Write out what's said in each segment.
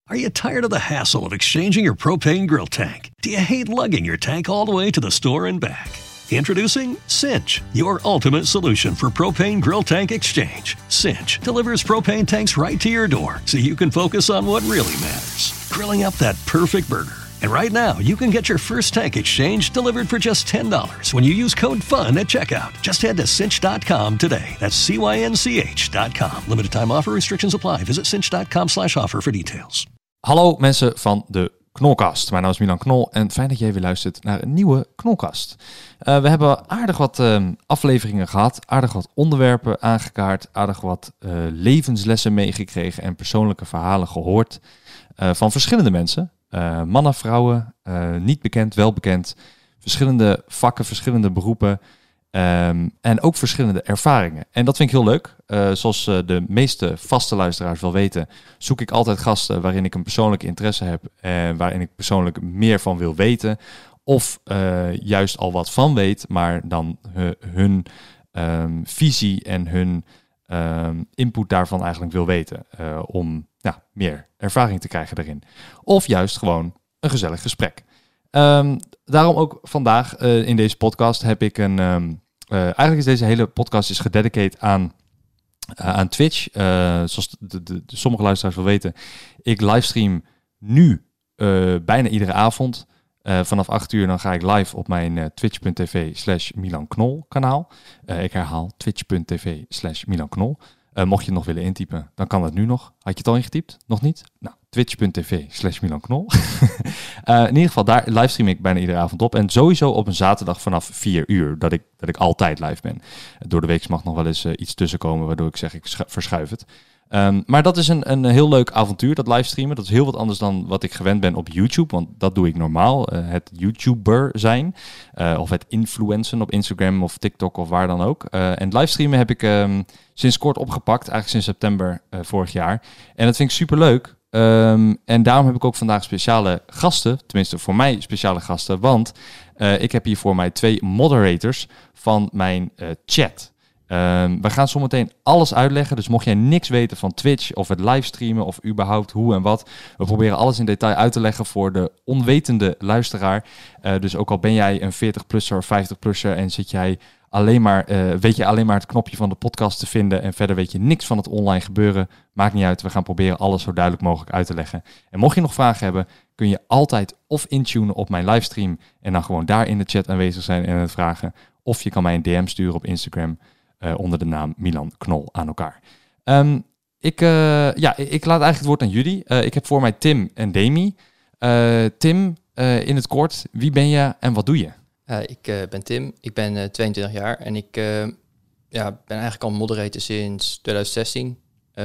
Are you tired of the hassle of exchanging your propane grill tank? Do you hate lugging your tank all the way to the store and back? Introducing Cinch, your ultimate solution for propane grill tank exchange. Cinch delivers propane tanks right to your door so you can focus on what really matters, grilling up that perfect burger. And right now, you can get your first tank exchange delivered for just $10 when you use code FUN at checkout. Just head to cinch.com today. That's CYNCH.com. Limited time offer, restrictions apply. Visit cinch.com/offer for details. Hallo mensen van de Knolkast. Mijn naam is Milan Knol en fijn dat jij weer luistert naar een nieuwe Knolkast. We hebben aardig wat afleveringen gehad, aardig wat onderwerpen aangekaart, aardig wat levenslessen meegekregen en persoonlijke verhalen gehoord van verschillende mensen. Mannen, vrouwen, niet bekend, wel bekend. Verschillende vakken, verschillende beroepen en ook verschillende ervaringen. En dat vind ik heel leuk. Zoals de meeste vaste luisteraars wel weten, zoek ik altijd gasten waarin ik een persoonlijke interesse heb en waarin ik persoonlijk meer van wil weten. Of juist al wat van weet, maar dan hun visie en hun input daarvan eigenlijk wil weten. Om meer ervaring te krijgen daarin. Of juist gewoon een gezellig gesprek. Daarom ook vandaag in deze podcast heb ik een... eigenlijk is deze hele podcast is gededicated aan Twitch. Zoals sommige luisteraars wel weten. Ik livestream nu bijna iedere avond. Vanaf 8 uur dan ga ik live op mijn twitch.tv/Milan Knol kanaal. Ik herhaal twitch.tv/Milan Knol. Mocht je het nog willen intypen, dan kan dat nu nog. Had je het al ingetypt? Nog niet? Nou, twitch.tv/Milan Knol. In ieder geval, daar livestream ik bijna iedere avond op. En sowieso op een zaterdag vanaf 4 uur, dat ik altijd live ben. Door de week mag nog wel eens iets tussenkomen, waardoor ik zeg, ik verschuif het. Maar dat is een heel leuk avontuur, dat livestreamen. Dat is heel wat anders dan wat ik gewend ben op YouTube, want dat doe ik normaal. Het YouTuber zijn, of het influencen op Instagram of TikTok of waar dan ook. En livestreamen heb ik sinds kort opgepakt, eigenlijk sinds september vorig jaar. En dat vind ik superleuk. En daarom heb ik ook vandaag speciale gasten, tenminste voor mij speciale gasten, want ik heb hier voor mij 2 moderators van mijn chat. We gaan zometeen alles uitleggen, dus mocht jij niks weten van Twitch of het livestreamen of überhaupt hoe en wat, we proberen alles in detail uit te leggen voor de onwetende luisteraar. Dus ook al ben jij een 40-plusser of 50-plusser en zit jij weet je alleen maar het knopje van de podcast te vinden en verder weet je niks van het online gebeuren, maakt niet uit. We gaan proberen alles zo duidelijk mogelijk uit te leggen. En mocht je nog vragen hebben, kun je altijd of intunen op mijn livestream en dan gewoon daar in de chat aanwezig zijn en het vragen. Of je kan mij een DM sturen op Instagram onder de naam Milan Knol aan elkaar. Ik laat eigenlijk het woord aan jullie. Ik heb voor mij Tim en Demi. Tim, in het kort, wie ben je en wat doe je? Ik ben Tim, ik ben 22 jaar en ik ben eigenlijk al moderator sinds 2016.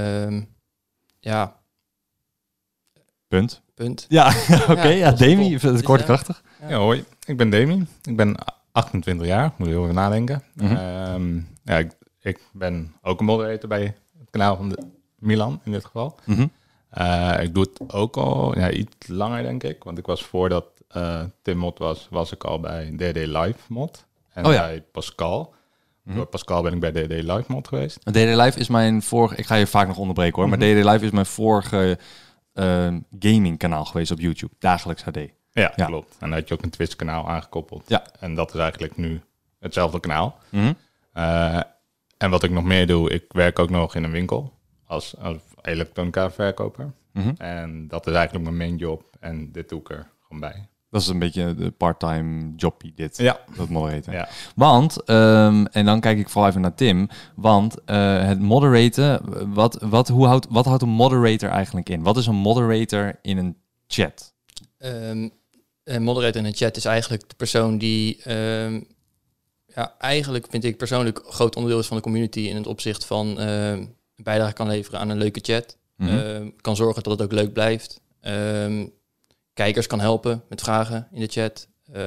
Punt. Ja, oké. Ja, Demi, het kort krachtig. Ja, hoi, ik ben Demi. Ik ben 28 jaar, moet je heel even nadenken. Mm-hmm. Ik ben ook een moderator bij het kanaal van Milan in dit geval. Mm-hmm. Ik doe het ook al iets langer, denk ik. Want ik was voordat Tim mod was ik al bij DD Live mod. En bij Pascal. Mm-hmm. Door Pascal ben ik bij DD Live mod geweest. DD Live is mijn vorige... Ik ga je vaak nog onderbreken hoor. Mm-hmm. Maar DD Live is mijn vorige gaming kanaal geweest op YouTube. Dagelijks HD. Ja, klopt. En dan had je ook een Twitch kanaal aangekoppeld. Ja. En dat is eigenlijk nu hetzelfde kanaal. Mm-hmm. En wat ik nog meer doe, ik werk ook nog in een winkel als elektronica verkoper. Mm-hmm. En dat is eigenlijk mijn main job. En dit doe ik er gewoon bij. Dat is een beetje de part-time jobbie dit. Ja. Dat moderaten. Ja. Want, en dan kijk ik vooral even naar Tim. Want het moderaten, wat houdt een moderator eigenlijk in? Wat is een moderator in een chat? Een moderator in een chat is eigenlijk de persoon die... eigenlijk vind ik persoonlijk een groot onderdeel is van de community in het opzicht van een bijdrage kan leveren aan een leuke chat. Mm-hmm. Kan zorgen dat het ook leuk blijft. Kijkers kan helpen met vragen in de chat.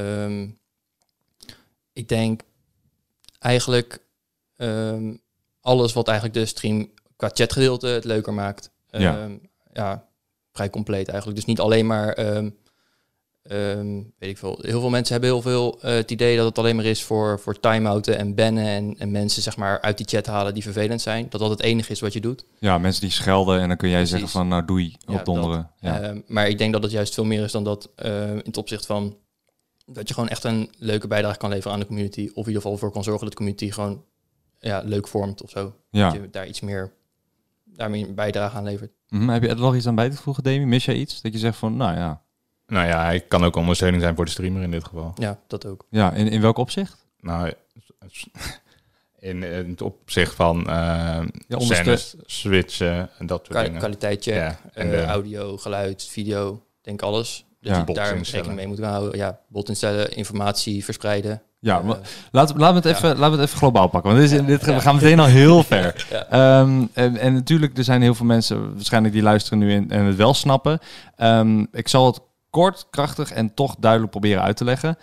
Ik denk eigenlijk alles wat eigenlijk de stream qua chatgedeelte het leuker maakt. Vrij compleet eigenlijk. Dus niet alleen maar weet ik veel. Heel veel mensen hebben heel veel het idee dat het alleen maar is voor time-outen en bannen en mensen zeg maar uit die chat halen die vervelend zijn. Dat het enige is wat je doet. Ja, mensen die schelden en dan kun jij zeggen van nou doei, opdonderen. Maar ik denk dat het juist veel meer is dan dat in het opzicht van dat je gewoon echt een leuke bijdrage kan leveren aan de community. Of in ieder geval voor kan zorgen dat de community gewoon leuk vormt of zo. Ja. Dat je daar iets meer daarmee een bijdrage aan levert. Heb je er nog iets aan bij te voegen, Demi? Mis jij iets? Dat je zegt van, nou ja. Nou ja, hij kan ook ondersteuning zijn voor de streamer in dit geval. Ja, dat ook. Ja, in welk opzicht? Nou, in het opzicht van scènes, switchen en dat soort dingen. Kwaliteitcheck, audio, geluid, video, denk alles. Dat je daar rekening mee moet houden. Ja, bot instellen, informatie verspreiden. Ja, laten we het even globaal pakken. Want we gaan meteen al heel ver. Ja. En natuurlijk, er zijn heel veel mensen waarschijnlijk die luisteren nu en het wel snappen. Ik zal het kort, krachtig en toch duidelijk proberen uit te leggen.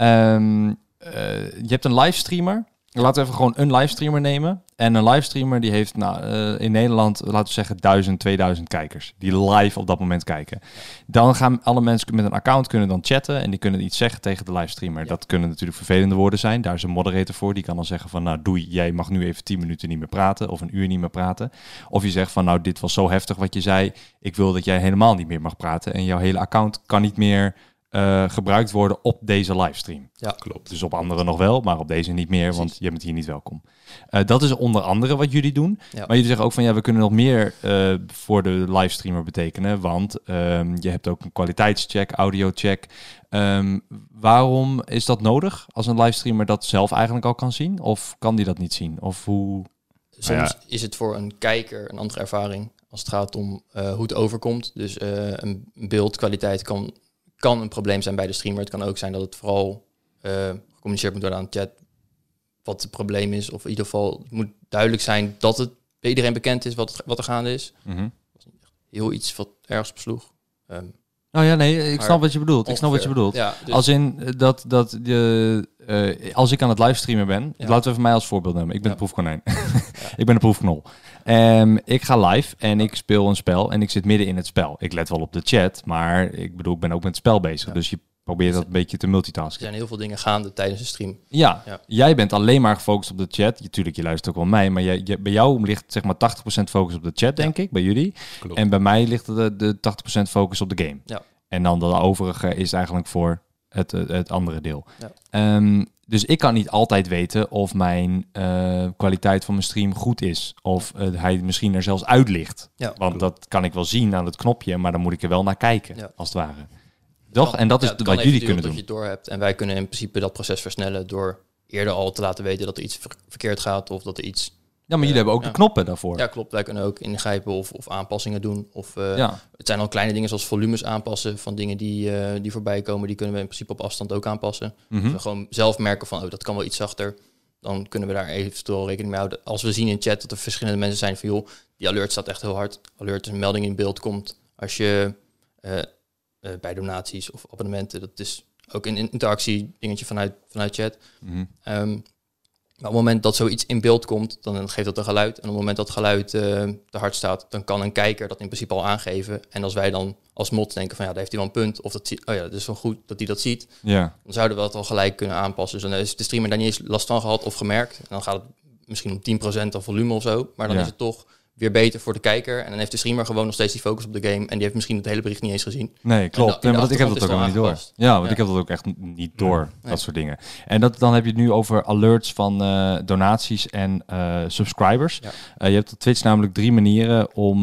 Je hebt een livestreamer. Laten we even gewoon een livestreamer nemen. En een livestreamer die heeft in Nederland, laten we zeggen, 1000, 2000 kijkers. Die live op dat moment kijken. Dan gaan alle mensen met een account kunnen dan chatten. En die kunnen iets zeggen tegen de livestreamer. Ja. Dat kunnen natuurlijk vervelende woorden zijn. Daar is een moderator voor. Die kan dan zeggen van, nou doei, jij mag nu even 10 minuten niet meer praten. Of een uur niet meer praten. Of je zegt van, nou dit was zo heftig wat je zei. Ik wil dat jij helemaal niet meer mag praten. En jouw hele account kan niet meer gebruikt worden op deze livestream. Ja, klopt. Dus op andere nog wel, maar op deze niet meer, precies. Want je bent hier niet welkom. Dat is onder andere wat jullie doen. Ja. Maar jullie zeggen ook van, ja, we kunnen nog meer voor de livestreamer betekenen, want je hebt ook een kwaliteitscheck, audiocheck. Waarom is dat nodig als een livestreamer dat zelf eigenlijk al kan zien? Of kan die dat niet zien? Of hoe? Soms is het voor een kijker een andere ervaring als het gaat om hoe het overkomt. Dus een beeldkwaliteit kan een probleem zijn bij de streamer. Het kan ook zijn dat het vooral gecommuniceerd moet worden aan de chat wat het probleem is. Of in ieder geval het moet duidelijk zijn dat het bij iedereen bekend is wat er gaande is. Mm-hmm. Dat was niet echt heel iets wat ergens besloeg. Ik snap wat je bedoelt. Ik snap wat je bedoelt. Ja, dus als in als ik aan het livestreamen ben, laten we even mij als voorbeeld nemen. Ik ben de proefkonijn. Ik ben de proefknol. Ik ga live en ik speel een spel en ik zit midden in het spel. Ik let wel op de chat, maar ik ben ook met het spel bezig. Ja. Dus je probeert dat een beetje te multitasken. Er zijn heel veel dingen gaande tijdens de stream. Ja, jij bent alleen maar gefocust op de chat. Natuurlijk, je luistert ook wel mij, maar bij jou ligt zeg maar 80% focus op de chat, denk ik, bij jullie. Klopt. En bij mij ligt de 80% focus op de game. Ja. En dan de overige is eigenlijk voor het andere deel. Ja. Dus ik kan niet altijd weten of mijn kwaliteit van mijn stream goed is. Of hij misschien er zelfs uit ligt. Ja, want dat kan ik wel zien aan het knopje, maar dan moet ik er wel naar kijken, als het ware. Toch? En dat is wat jullie kunnen doen. Dat je het door hebt. En wij kunnen in principe dat proces versnellen door eerder al te laten weten dat er iets verkeerd gaat of dat er iets... Ja, maar jullie hebben ook de knoppen daarvoor. Ja, klopt. Wij kunnen ook ingrijpen of aanpassingen doen. Of het zijn al kleine dingen zoals volumes aanpassen van dingen die voorbij komen. Die kunnen we in principe op afstand ook aanpassen. Mm-hmm. Dus we gewoon zelf merken van, dat kan wel iets zachter. Dan kunnen we daar eventueel rekening mee houden. Als we zien in chat dat er verschillende mensen zijn van, joh, die alert staat echt heel hard. Alert is een melding in beeld komt. Als je bij donaties of abonnementen, dat is ook een interactie dingetje vanuit chat. Mm-hmm. Maar op het moment dat zoiets in beeld komt, dan geeft dat een geluid. En op het moment dat het geluid te hard staat, dan kan een kijker dat in principe al aangeven. En als wij dan als mod denken van, daar heeft hij wel een punt. Of dat is wel goed dat hij dat ziet. Ja. Dan zouden we dat al gelijk kunnen aanpassen. Dus dan is de streamer daar niet eens last van gehad of gemerkt. En dan gaat het misschien om 10% aan volume of zo. Maar dan is het toch weer beter voor de kijker. En dan heeft de streamer gewoon nog steeds die focus op de game. En die heeft misschien het hele bericht niet eens gezien. Nee, klopt. Maar ik heb dat ook nog niet door. Ja, want ik heb dat ook echt niet door. Dat soort dingen. En dan heb je het nu over alerts van donaties en subscribers. Ja. Je hebt op Twitch namelijk 3 manieren om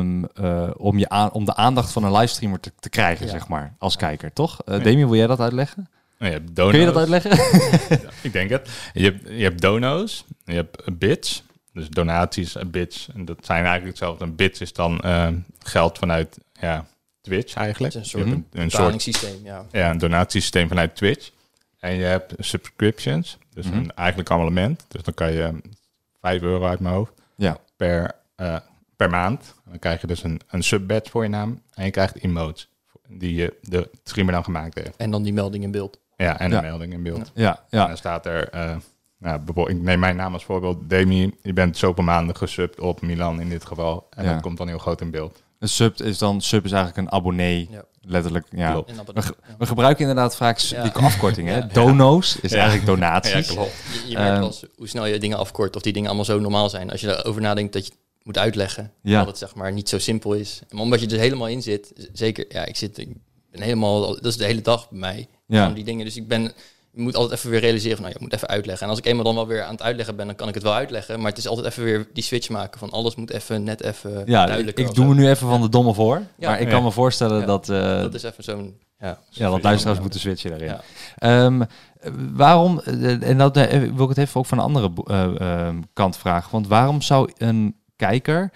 de aandacht van een livestreamer te krijgen, zeg maar, als kijker, toch? Demi, wil jij dat uitleggen? Je hebt dono's. Kun je dat uitleggen? Ik denk het. Je hebt dono's, je hebt bits. Dus donaties en bits. En dat zijn eigenlijk hetzelfde. Een bits is dan geld vanuit Twitch eigenlijk. Het is een betalingssysteem. Ja, een donatiesysteem vanuit Twitch. En je hebt subscriptions. Dus een eigenlijk abonnement. Dus dan kan je €5 uit mijn hoofd per maand. Dan krijg je dus een subbadge voor je naam. En je krijgt emotes die de streamer dan gemaakt heeft. En dan die melding in beeld. Ja, en de melding in beeld. Ja. En dan staat er... ik neem mijn naam als voorbeeld. Demi, je bent zoveel maanden gesubt op Milan in dit geval. En dat komt dan heel groot in beeld. Een sub is eigenlijk een abonnee letterlijk, ja. Klopt. We gebruiken inderdaad vaak die afkortingen. Ja. Dono's is eigenlijk donaties. Ja, klopt. Je merkt wel eens hoe snel je dingen afkort of die dingen allemaal zo normaal zijn. Als je erover nadenkt dat je het moet uitleggen, dat het zeg maar niet zo simpel is. Maar omdat je er helemaal in zit, zeker, ja, ik ben helemaal, dat is de hele dag bij mij, van die dingen. Dus je moet altijd even weer realiseren van, je moet even uitleggen. En als ik eenmaal dan wel weer aan het uitleggen ben, dan kan ik het wel uitleggen. Maar het is altijd even weer die switch maken van alles moet even duidelijk. Ik doe me nu even van de domme voor. Ja. Maar ik kan me voorstellen dat... dat is even zo'n... dat luisteraars moeten switchen daarin. Ja. Waarom, en dat wil ik het even ook van een andere kant vragen. Want waarom zou een kijker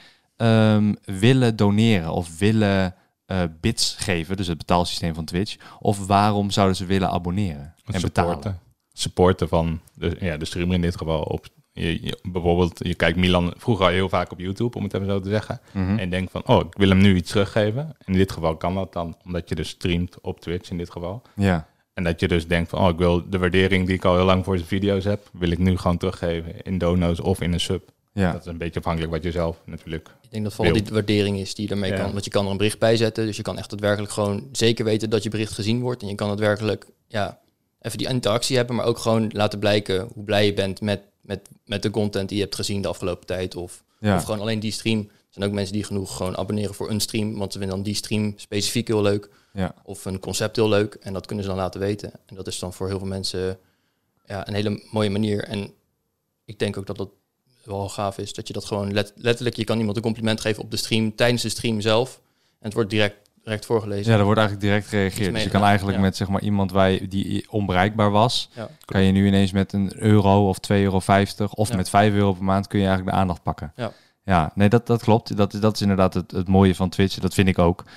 willen doneren of willen bits geven, dus het betaalsysteem van Twitch, of waarom zouden ze willen abonneren en betalen? Supporten van de streamer in dit geval. Op bijvoorbeeld, je kijkt Milan vroeger al heel vaak op YouTube, om het even zo te zeggen. Mm-hmm. En denkt van, ik wil hem nu iets teruggeven. In dit geval kan dat dan, omdat je dus streamt op Twitch in dit geval. Ja. En dat je dus denkt van, ik wil de waardering die ik al heel lang voor zijn video's heb, wil ik nu gewoon teruggeven in dono's of in een sub. Ja. Dat is een beetje afhankelijk wat je zelf natuurlijk. Ik denk dat vooral die waardering is die je ermee kan. Want je kan er een bericht bij zetten. Dus je kan echt daadwerkelijk gewoon zeker weten dat je bericht gezien wordt. En je kan daadwerkelijk even die interactie hebben, maar ook gewoon laten blijken hoe blij je bent met de content die je hebt gezien de afgelopen tijd. Of gewoon alleen die stream. Er zijn ook mensen die genoeg gewoon abonneren voor een stream, want ze vinden dan die stream specifiek heel leuk. Ja. Of een concept heel leuk. En dat kunnen ze dan laten weten. En dat is dan voor heel veel mensen een hele mooie manier. En ik denk ook dat dat wel gaaf is, dat je dat gewoon letterlijk, je kan iemand een compliment geven op de stream, tijdens de stream zelf. En het wordt direct voorgelezen. Ja, er wordt eigenlijk direct gereageerd. Dus je kan eigenlijk met zeg maar iemand die onbereikbaar was, kan je nu ineens met €1 of €2,50 of met €5 per maand kun je eigenlijk de aandacht pakken. Ja, nee, dat klopt. Dat is inderdaad het mooie van Twitch. Dat vind ik ook.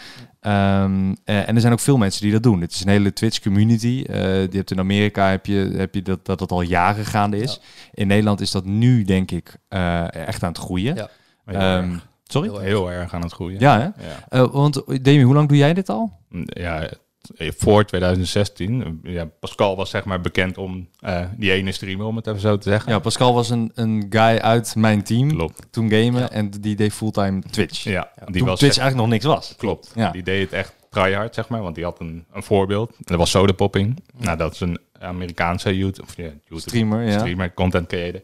En er zijn ook veel mensen die dat doen. Het is een hele Twitch-community. Die hebt in Amerika heb je dat al jaren gaande is. Ja. In Nederland is dat nu, denk ik, echt aan het groeien. Ja. Sorry? Heel erg aan het groeien. Ja, hè? Ja. Want Demi, hoe lang doe jij dit al? Ja, voor 2016. Ja, Pascal was zeg maar bekend om die ene streamer, om het even zo te zeggen. Ja, Pascal was een guy uit mijn team. Klopt. Toen gamen en die deed fulltime Twitch. Ja, toen was Twitch eigenlijk nog niks was. Klopt. Ja. Die deed het echt tryhard, zeg maar, want die had een voorbeeld. Dat was Sodapopping. Ja. Nou, dat is een Amerikaanse YouTube streamer, content creator.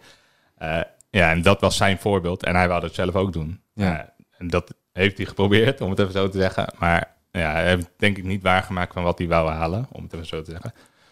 En dat was zijn voorbeeld. En hij wou dat zelf ook doen. Ja. En dat heeft hij geprobeerd, om het even zo te zeggen. Maar hij heeft denk ik niet waargemaakt van wat hij wou halen, om het even zo te zeggen.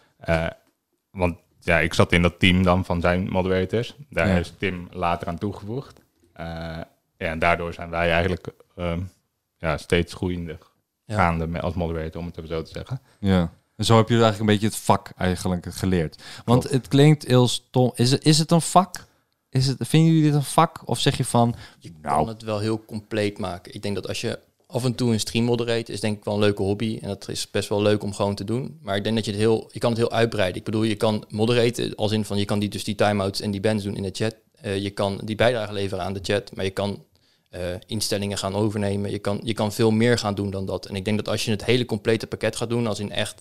Want ik zat in dat team dan van zijn moderators. Daar is Tim later aan toegevoegd. En daardoor zijn wij eigenlijk steeds groeiende gaande als moderator, om het even zo te zeggen. Ja. En zo heb je eigenlijk een beetje het vak eigenlijk geleerd. Want het klinkt heel stom. Is het een vak? Vinden jullie dit een vak? Of zeg je van... Je kan het wel heel compleet maken. Ik denk dat als je af en toe een stream moderate, is denk ik wel een leuke hobby. En dat is best wel leuk om gewoon te doen. Maar ik denk dat je kan het heel uitbreiden. Ik bedoel, je kan moderaten als in van je kan die time-outs en die bans doen in de chat. Je kan die bijdrage leveren aan de chat. Maar je kan instellingen gaan overnemen. Je kan veel meer gaan doen dan dat. En ik denk dat als je het hele complete pakket gaat doen, als in echt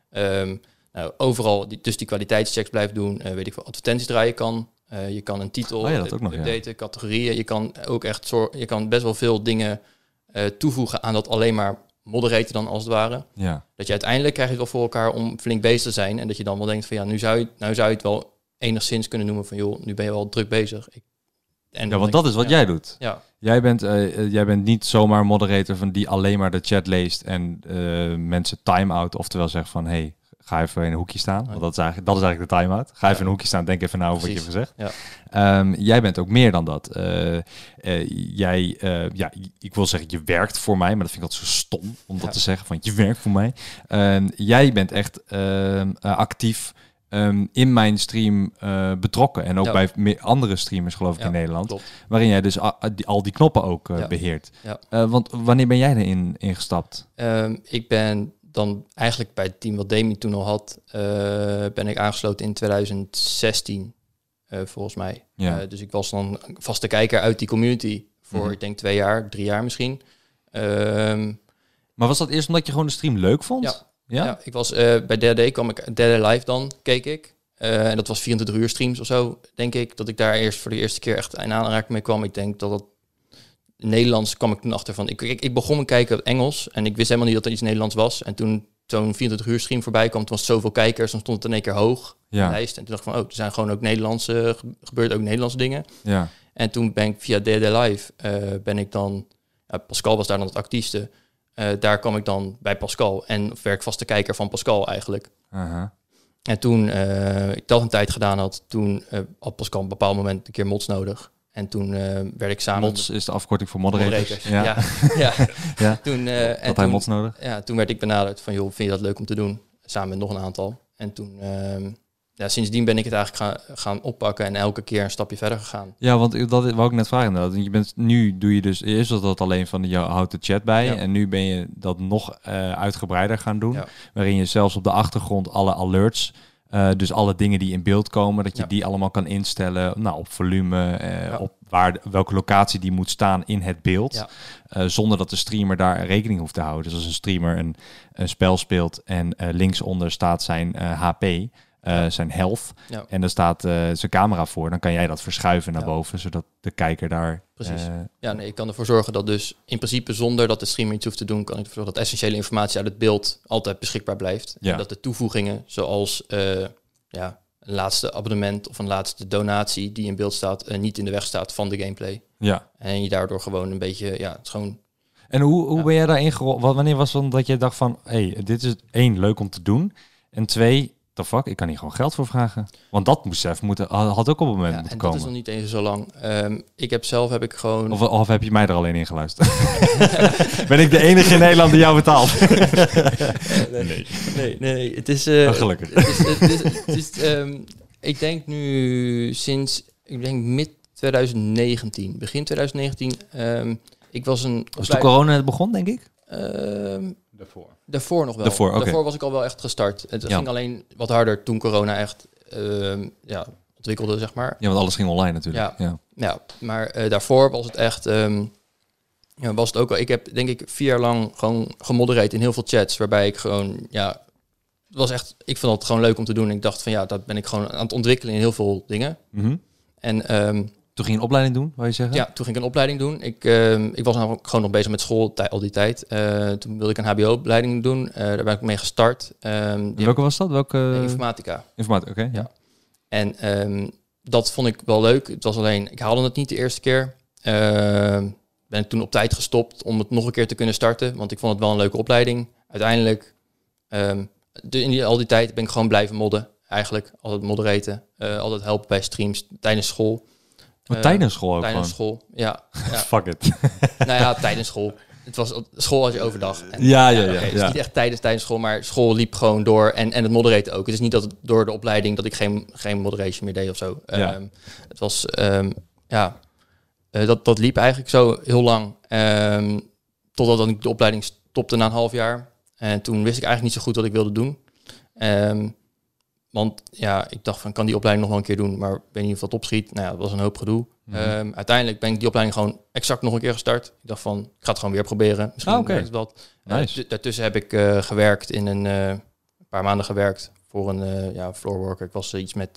overal die kwaliteitschecks blijft doen, weet ik veel, advertenties draaien kan. Je kan een titel updaten, categorieën. Je kan ook echt je kan best wel veel dingen toevoegen aan dat alleen maar moderaten dan als het ware. Ja. Dat je uiteindelijk krijg je het wel voor elkaar om flink bezig te zijn. En dat je dan wel denkt van nu zou je het wel enigszins kunnen noemen van joh, nu ben je wel druk bezig. Want dat is wat jij doet. Ja. Jij bent niet zomaar moderator van die alleen maar de chat leest en mensen time-out, oftewel zegt van hey, ga even in een hoekje staan. Want dat is eigenlijk de time-out. Ga even in een hoekje staan, denk even na over wat je hebt gezegd. Ja. Jij bent ook meer dan dat. Ik wil zeggen, je werkt voor mij, maar dat vind ik altijd zo stom om dat te zeggen. Van je werkt voor mij. Jij bent echt actief in mijn stream betrokken. En ook bij andere streamers, geloof ik, in Nederland. Klopt. Waarin jij dus al die knoppen ook beheert. Ja. Want wanneer ben jij erin ingestapt? Ik ben dan eigenlijk bij het team wat Demi toen al had, ben ik aangesloten in 2016, volgens mij. Ja. Dus ik was dan vaste kijker uit die community voor, ik denk 2 jaar, 3 jaar misschien. Maar was dat eerst omdat je gewoon de stream leuk vond? Ja, ik was bij Derde kwam ik Derde Live dan, keek ik. En dat was 24 uur streams of zo, denk ik. Dat ik daar eerst voor de eerste keer echt in aanraking mee kwam. Ik denk dat Nederlands kwam ik toen achter van... Ik begon met kijken op Engels en ik wist helemaal niet dat er iets Nederlands was. En toen zo'n 24 uur stream voorbij kwam, toen was het zoveel kijkers, dan stond het in één keer hoog in de lijst. En toen dacht ik van, er zijn gewoon ook Nederlandse, gebeurt ook Nederlandse dingen. Ja. En toen ben ik via DD Live, ben ik dan... Pascal was daar dan het actiefste. Daar kwam ik dan bij Pascal en werkvaste kijker van Pascal eigenlijk. En toen ik dat een tijd gedaan had, toen had Pascal op een bepaald moment een keer mods nodig. En toen werd ik samen... Mods is de afkorting voor moderators. Ja. Toen, had hij mods nodig? Ja, toen werd ik benaderd van, joh, vind je dat leuk om te doen? Samen met nog een aantal. En toen... sindsdien ben ik het eigenlijk gaan oppakken en elke keer een stapje verder gegaan. Ja, want dat wou ik net vragen inderdaad. Nu doe je dus eerst dat alleen van je houdt de chat bij en nu ben je dat nog uitgebreider gaan doen, waarin je zelfs op de achtergrond alle alerts, dus alle dingen die in beeld komen, dat je die allemaal kan instellen, op volume, op welke locatie die moet staan in het beeld, zonder dat de streamer daar rekening hoeft te houden. Dus als een streamer een spel speelt en linksonder staat zijn HP, zijn health. Ja. En er staat zijn camera voor. Dan kan jij dat verschuiven naar boven, zodat de kijker daar... Precies. Ik kan ervoor zorgen dat dus in principe zonder dat de streamer iets hoeft te doen, kan ik ervoor zorgen dat essentiële informatie uit het beeld altijd beschikbaar blijft. Ja. En dat de toevoegingen, zoals een laatste abonnement of een laatste donatie die in beeld staat, niet in de weg staat van de gameplay. Ja. En je daardoor gewoon een beetje, het is gewoon... En hoe ben jij daarin gerold? Wanneer was dan dat je dacht van, dit is 1, leuk om te doen. En 2... the fuck, ik kan hier gewoon geld voor vragen. Want dat had ook op een moment moeten komen. Dat is nog niet eens zo lang. Heb ik gewoon... Of heb je mij er alleen in geluisterd? Ben ik de enige in Nederland die jou betaalt? Nee. Het is... gelukkig. Ik denk nu sinds... mid 2019. Begin 2019. Ik was een... Was toen corona net begon, denk ik? Daarvoor nog wel. Daarvoor was ik al wel echt gestart. Het ging alleen wat harder toen corona echt ontwikkelde, zeg maar. Ja, want alles ging online natuurlijk. Ja, maar daarvoor was het echt... was het ook al... Ik heb denk ik 4 jaar lang gewoon gemoderate in heel veel chats, waarbij ik gewoon... het was echt... Ik vond het gewoon leuk om te doen. Ik dacht van dat ben ik gewoon aan het ontwikkelen in heel veel dingen. Mm-hmm. En... Toen ging je een opleiding doen, wou je zeggen? Ja, toen ging ik een opleiding doen. Ik was namelijk gewoon nog bezig met school al die tijd. Toen wilde ik een hbo-opleiding doen. Daar ben ik mee gestart. Welke was dat? Informatica. Informatica, oké. Ja. En dat vond ik wel leuk. Het was alleen, ik haalde het niet de eerste keer. Ben ik toen op tijd gestopt om het nog een keer te kunnen starten. Want ik vond het wel een leuke opleiding. Uiteindelijk, al die tijd ben ik gewoon blijven modden. Eigenlijk, altijd moderaten. Altijd helpen bij streams tijdens school. Tijdens school ook tijdens gewoon? School, ja. Fuck it. Tijdens school. Het was school als je overdag. En, Dus niet echt tijdens school, maar school liep gewoon door. En het moderaten ook. Het is niet dat het door de opleiding dat ik geen moderation meer deed of zo. Het was, dat liep eigenlijk zo heel lang. Totdat ik de opleiding stopte na een half jaar. En toen wist ik eigenlijk niet zo goed wat ik wilde doen. Want ik dacht van, ik kan die opleiding nog wel een keer doen, maar ik weet niet of dat opschiet. Dat was een hoop gedoe. Mm-hmm. Uiteindelijk ben ik die opleiding gewoon exact nog een keer gestart. Ik dacht van, ik ga het gewoon weer proberen. Misschien werkt het wat. Nice. Daartussen heb ik gewerkt in een paar maanden gewerkt voor een floorworker. Ik was iets met,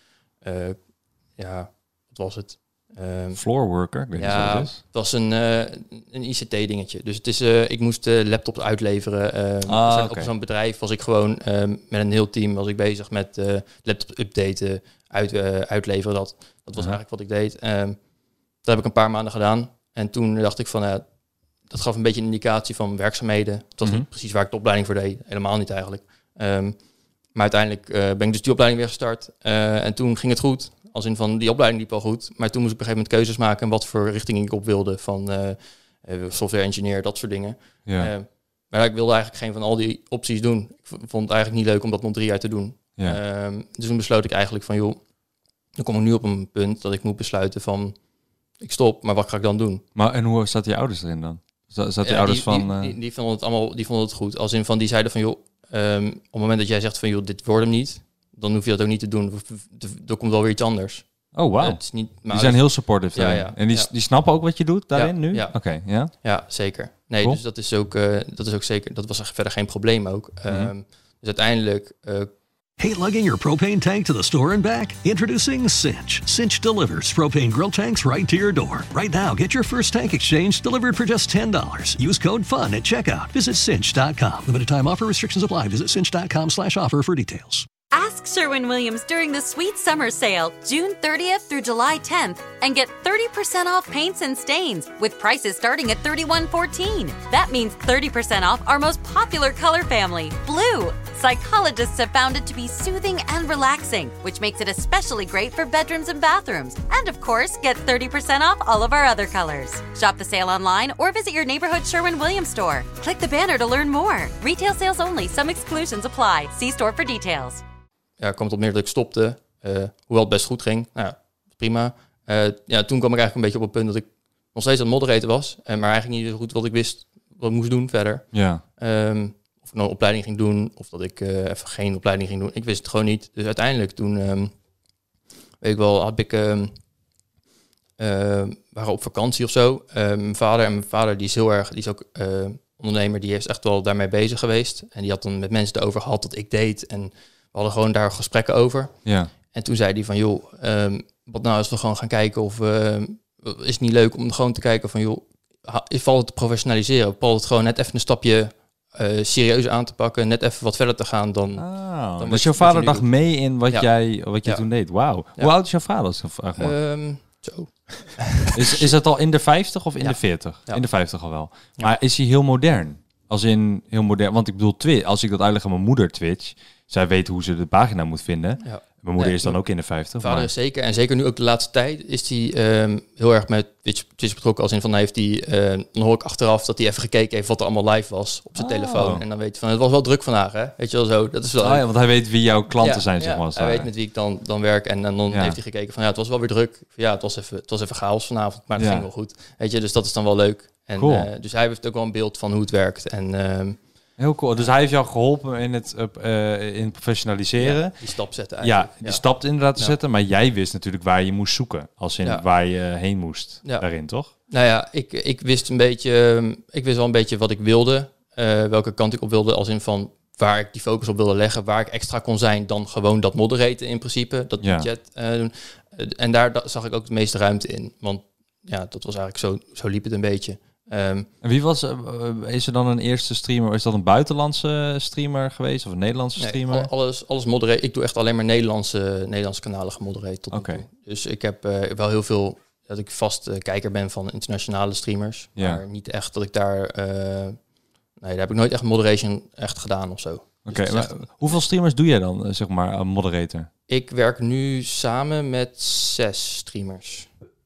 wat was het? Floorworker, ik weet niet wat het is. Het was een ICT-dingetje. Dus het is, ik moest laptops uitleveren. Op zo'n bedrijf was ik gewoon met een heel team was ik bezig met laptop updaten, uitleveren. Dat was eigenlijk wat ik deed. Dat heb ik een paar maanden gedaan. En toen dacht ik van, dat gaf een beetje een indicatie van werkzaamheden. Het was niet precies waar ik de opleiding voor deed. Helemaal niet eigenlijk. Maar uiteindelijk ben ik dus die opleiding weer gestart. En toen ging het goed. Als in van, die opleiding liep al goed. Maar toen moest ik op een gegeven moment keuzes maken wat voor richting ik op wilde. Van software engineer, dat soort dingen. Ja. Maar ik wilde eigenlijk geen van al die opties doen. Ik vond het eigenlijk niet leuk om dat nog 3 jaar te doen. Ja. Dus toen besloot ik eigenlijk van, joh, dan kom ik nu op een punt dat ik moet besluiten van, ik stop, maar wat ga ik dan doen? Maar en hoe zaten je ouders erin dan? Zaten je ouders die vonden het allemaal, die vonden het goed. Als in van, die zeiden van, joh, op het moment dat jij zegt van, joh, dit wordt hem niet, dan hoef je dat ook niet te doen. Er komt wel weer iets anders. Oh, wauw. Het is niet, die zijn heel supportive. Ja. En die snappen ook wat je doet daarin nu? Ja. Oké, ja. Ja, zeker. Nee, cool. Dus dat is ook zeker. Dat was echt verder geen probleem ook. Dus uiteindelijk Hate lugging your propane tank to the store and back? Introducing Cinch. Cinch delivers propane grill tanks right to your door. Right now, get your first tank exchange delivered for just $10. Use code FUN at checkout. Visit cinch.com. Limited time offer, restrictions apply. Visit cinch.com/offer for details. Ask Sherwin-Williams during the Sweet Summer Sale, June 30th through July 10th, and get 30% off paints and stains with prices starting at $31.14. That means 30% off our most popular color family, blue. Psychologists have found it to be soothing and relaxing, which makes it especially great for bedrooms and bathrooms. And of course, get 30% off all of our other colors. Shop the sale online or visit your neighborhood Sherwin-Williams store. Click the banner to learn more. Retail sales only. Some exclusions apply. See store for details. Ja, kwam het op neer dat ik stopte, hoewel het best goed ging. Nou ja, prima. Toen kwam ik eigenlijk een beetje op het punt dat ik nog steeds aan het moderaten was. Maar eigenlijk niet zo goed wat ik wist wat ik moest doen verder. Ja. Of ik nou een opleiding ging doen of dat ik even geen opleiding ging doen. Ik wist het gewoon niet. Dus uiteindelijk toen, weet ik wel, had ik... waren op vakantie of zo. Mijn vader die is heel erg... Die is ook ondernemer, die is echt wel daarmee bezig geweest. En die had dan met mensen erover gehad dat ik deed. En we hadden gewoon daar gesprekken over. Ja. En toen zei hij van, joh, wat nou als we gewoon gaan kijken of... is het niet leuk om gewoon te kijken van, joh, valt het te professionaliseren? Valt het gewoon net even een stapje serieus aan te pakken, net even wat verder te gaan dan... dan dus jouw vader dacht doet. mee in wat je toen deed. Wauw. Ja. Hoe oud is jouw vader? Als ik vraag mag? Zo. Is het al in de 50 of in Ja. de 40? Ja. In de 50 al wel. Ja. Maar is hij heel modern? Als in heel modern. Want ik bedoel, als ik dat uitleg aan mijn moeder Twitch, zij weet hoe ze de pagina moet vinden. Ja. Mijn moeder Nee, is dan ook in de 50. Vader Maar... is zeker, en zeker nu ook de laatste tijd, is hij heel erg met Twitch betrokken. Als in van, hij heeft die, dan hoor ik achteraf dat hij even gekeken heeft wat er allemaal live was op zijn telefoon. En dan weet hij van, het was wel druk vandaag, hè? Weet je wel zo, dat is wel... want hij weet wie jouw klanten zijn, zeg maar. Hij weet met wie ik dan werk. En dan heeft hij gekeken van, het was wel weer druk. Ja, het was even chaos vanavond, maar het ging wel goed. Weet je, dus dat is dan wel leuk. En, cool. Dus hij heeft ook wel een beeld van hoe het werkt. En... heel cool. Dus hij heeft jou geholpen in het in professionaliseren. Ja, die stap zetten eigenlijk. Ja, die stap inderdaad te zetten. Maar jij wist natuurlijk waar je moest zoeken. Als in waar je heen moest. Ja. Daarin, toch? Nou ja, ik wist wel een beetje wat ik wilde. Welke kant ik op wilde. Als in van waar ik die focus op wilde leggen. Waar ik extra kon zijn dan gewoon dat moderaten in principe. Dat budget doen. En daar zag ik ook de meeste ruimte in. Want ja, dat was eigenlijk zo liep het een beetje. En wie was, is er dan een eerste streamer? Is dat een buitenlandse streamer geweest of een Nederlandse streamer? Alles moderate. Ik doe echt alleen maar Nederlandse kanalen gemoderate tot nu toe. Dus ik heb wel heel veel dat ik vast kijker ben van internationale streamers. Ja. Maar niet echt dat ik daar... daar heb ik nooit echt moderation echt gedaan of zo. Oké, Dus maar hoeveel streamers doe jij dan, zeg maar, moderator? Ik werk nu samen met 6 streamers.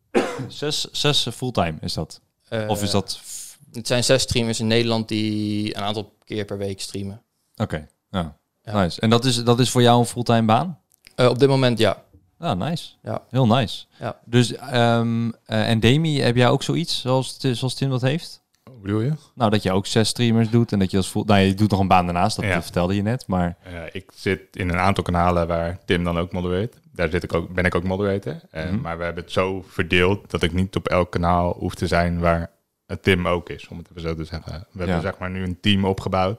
6 fulltime is dat? Of is dat... Het zijn 6 streamers in Nederland die een aantal keer per week streamen. Oké, nice. En dat is voor jou een fulltime baan? Op dit moment ja. Ah, nice. Ja. Heel nice. Ja. Dus, en Demi, heb jij ook zoiets zoals Tim dat heeft? Hoe bedoel je? Nou, dat je ook 6 streamers doet en dat je je doet nog een baan daarnaast, dat vertelde je net, maar... ik zit in een aantal kanalen waar Tim dan ook modereert. Daar ben ik ook moderator. Maar we hebben het zo verdeeld dat ik niet op elk kanaal hoef te zijn waar Tim ook is, om het even zo te zeggen. We hebben zeg maar nu een team opgebouwd,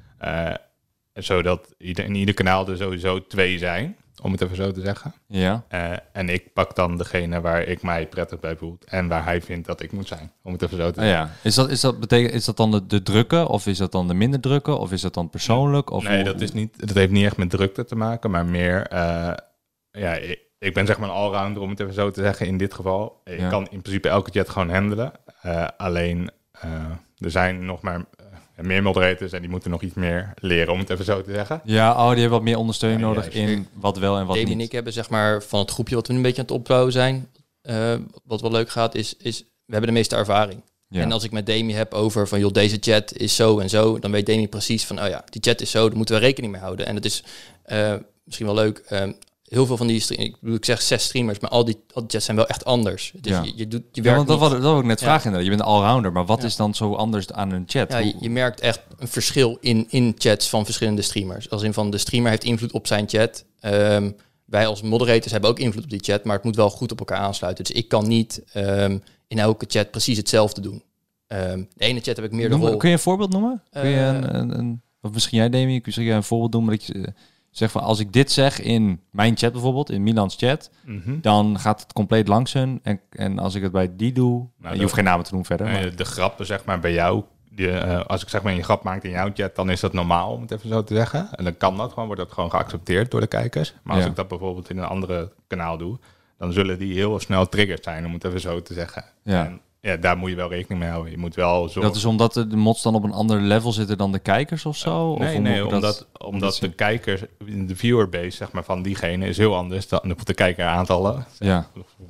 zodat in ieder kanaal er sowieso 2 zijn, om het even zo te zeggen. Ja. En ik pak dan degene waar ik mij prettig bij voel en waar hij vindt dat ik moet zijn, om het even zo te zeggen. Is dat dan de drukke, of is dat dan de minder drukke, of is dat dan persoonlijk? Of nee, dat heeft niet echt met drukte te maken, maar meer... ik ben zeg maar een allrounder, om het even zo te zeggen, in dit geval. Ik kan in principe elke chat gewoon handelen. Alleen, er zijn nog maar meer moderators en die moeten nog iets meer leren, om het even zo te zeggen. Ja, die hebben wat meer ondersteuning nodig in wat wel en wat Demi niet. en ik hebben zeg maar van het groepje wat we nu een beetje aan het opbouwen zijn, wat wel leuk gaat, is we hebben de meeste ervaring. Ja. En als ik met Demi heb over van, joh, deze chat is zo en zo, dan weet Demi precies van, oh ja, die chat is zo, daar moeten we rekening mee houden. En dat is misschien wel leuk. Heel veel van die ik zeg 6 streamers, maar al die chats zijn wel echt anders. Dus je werkt want dat wil ik net vragen inderdaad. Je bent een allrounder, maar wat is dan zo anders aan een chat? Ja, je merkt echt een verschil in chats van verschillende streamers. Als in van de streamer heeft invloed op zijn chat. Wij als moderators hebben ook invloed op die chat, maar het moet wel goed op elkaar aansluiten. Dus ik kan niet in elke chat precies hetzelfde doen. De ene chat heb ik meer de rol. Kun je een voorbeeld noemen? Kun je of misschien jij, Demi, kun je een voorbeeld noemen dat je zeg van, als ik dit zeg in mijn chat bijvoorbeeld, in Milans chat, dan gaat het compleet langs hun. En als ik het bij die doe, je hoeft geen namen te doen verder. Maar de grappen, zeg maar, bij jou, als ik zeg maar een grap maak in jouw chat, dan is dat normaal, om het even zo te zeggen. En dan kan dat gewoon, wordt dat gewoon geaccepteerd door de kijkers. Maar als ik dat bijvoorbeeld in een andere kanaal doe, dan zullen die heel snel triggerd zijn, om het even zo te zeggen. Ja. En daar moet je wel rekening mee houden. Je moet wel zorgen. Dat is omdat de mods dan op een ander level zitten dan de kijkers of zo? Nee, omdat de kijkers, de viewerbase, zeg maar, van diegene is heel anders dan de kijkeraantallen. Ja,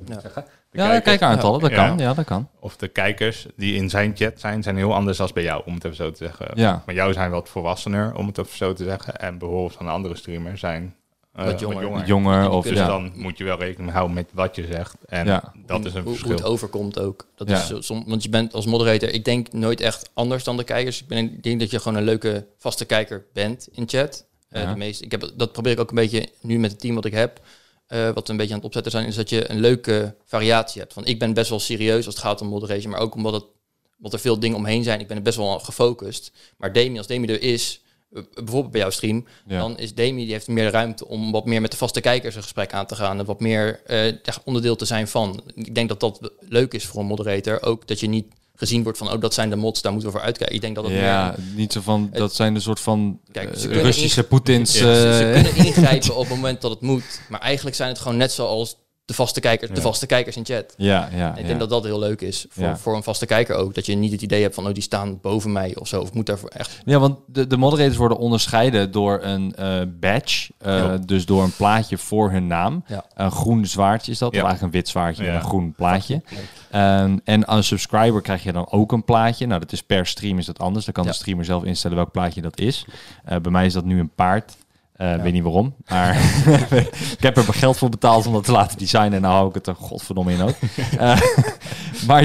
de kijkeraantallen, dat kan. Ja, dat kan. Of de kijkers die in zijn chat zijn heel anders dan bij jou, om het even zo te zeggen. Ja. Maar jou zijn wat volwassener, om het even zo te zeggen. En bijvoorbeeld van een andere streamer zijn wat jonger. Of, dus dan moet je wel rekening mee houden met wat je zegt. En dat is een verschil. Hoe het overkomt ook. Dat is want je bent als moderator, ik denk nooit echt anders dan de kijkers. Ik denk dat je gewoon een leuke vaste kijker bent in chat. Dat probeer ik ook een beetje nu met het team wat ik heb. Wat we een beetje aan het opzetten zijn, is dat je een leuke variatie hebt. Van ik ben best wel serieus als het gaat om moderation, maar ook omdat er veel dingen omheen zijn. Ik ben er best wel gefocust. Maar Demi, als Demi er is, bijvoorbeeld bij jouw stream, dan is Demi, die heeft meer ruimte om wat meer met de vaste kijkers een gesprek aan te gaan en wat meer onderdeel te zijn van. Ik denk dat dat leuk is voor een moderator. Ook dat je niet gezien wordt van, dat zijn de mods, daar moeten we voor uitkijken. Ik denk dat meer, niet zo van, dat zijn de soort van Russische Poetins. Ze kunnen ingrijpen op het moment dat het moet, maar eigenlijk zijn het gewoon net zoals de vaste kijkers in chat. Ik denk dat dat heel leuk is voor een vaste kijker ook. Dat je niet het idee hebt van, die staan boven mij of zo. Of moet daarvoor echt... Ja, want de moderators worden onderscheiden door een badge. Dus door een plaatje voor hun naam. Ja. Een groen zwaardje is dat. Of eigenlijk een wit zwaardje en een groen plaatje. En als subscriber krijg je dan ook een plaatje. Nou, dat is per stream is dat anders. Dan kan de streamer zelf instellen welk plaatje dat is. Bij mij is dat nu een paard. Weet niet waarom, maar ik heb er geld voor betaald om dat te laten designen en nou hou ik het er godverdomme in ook. Maar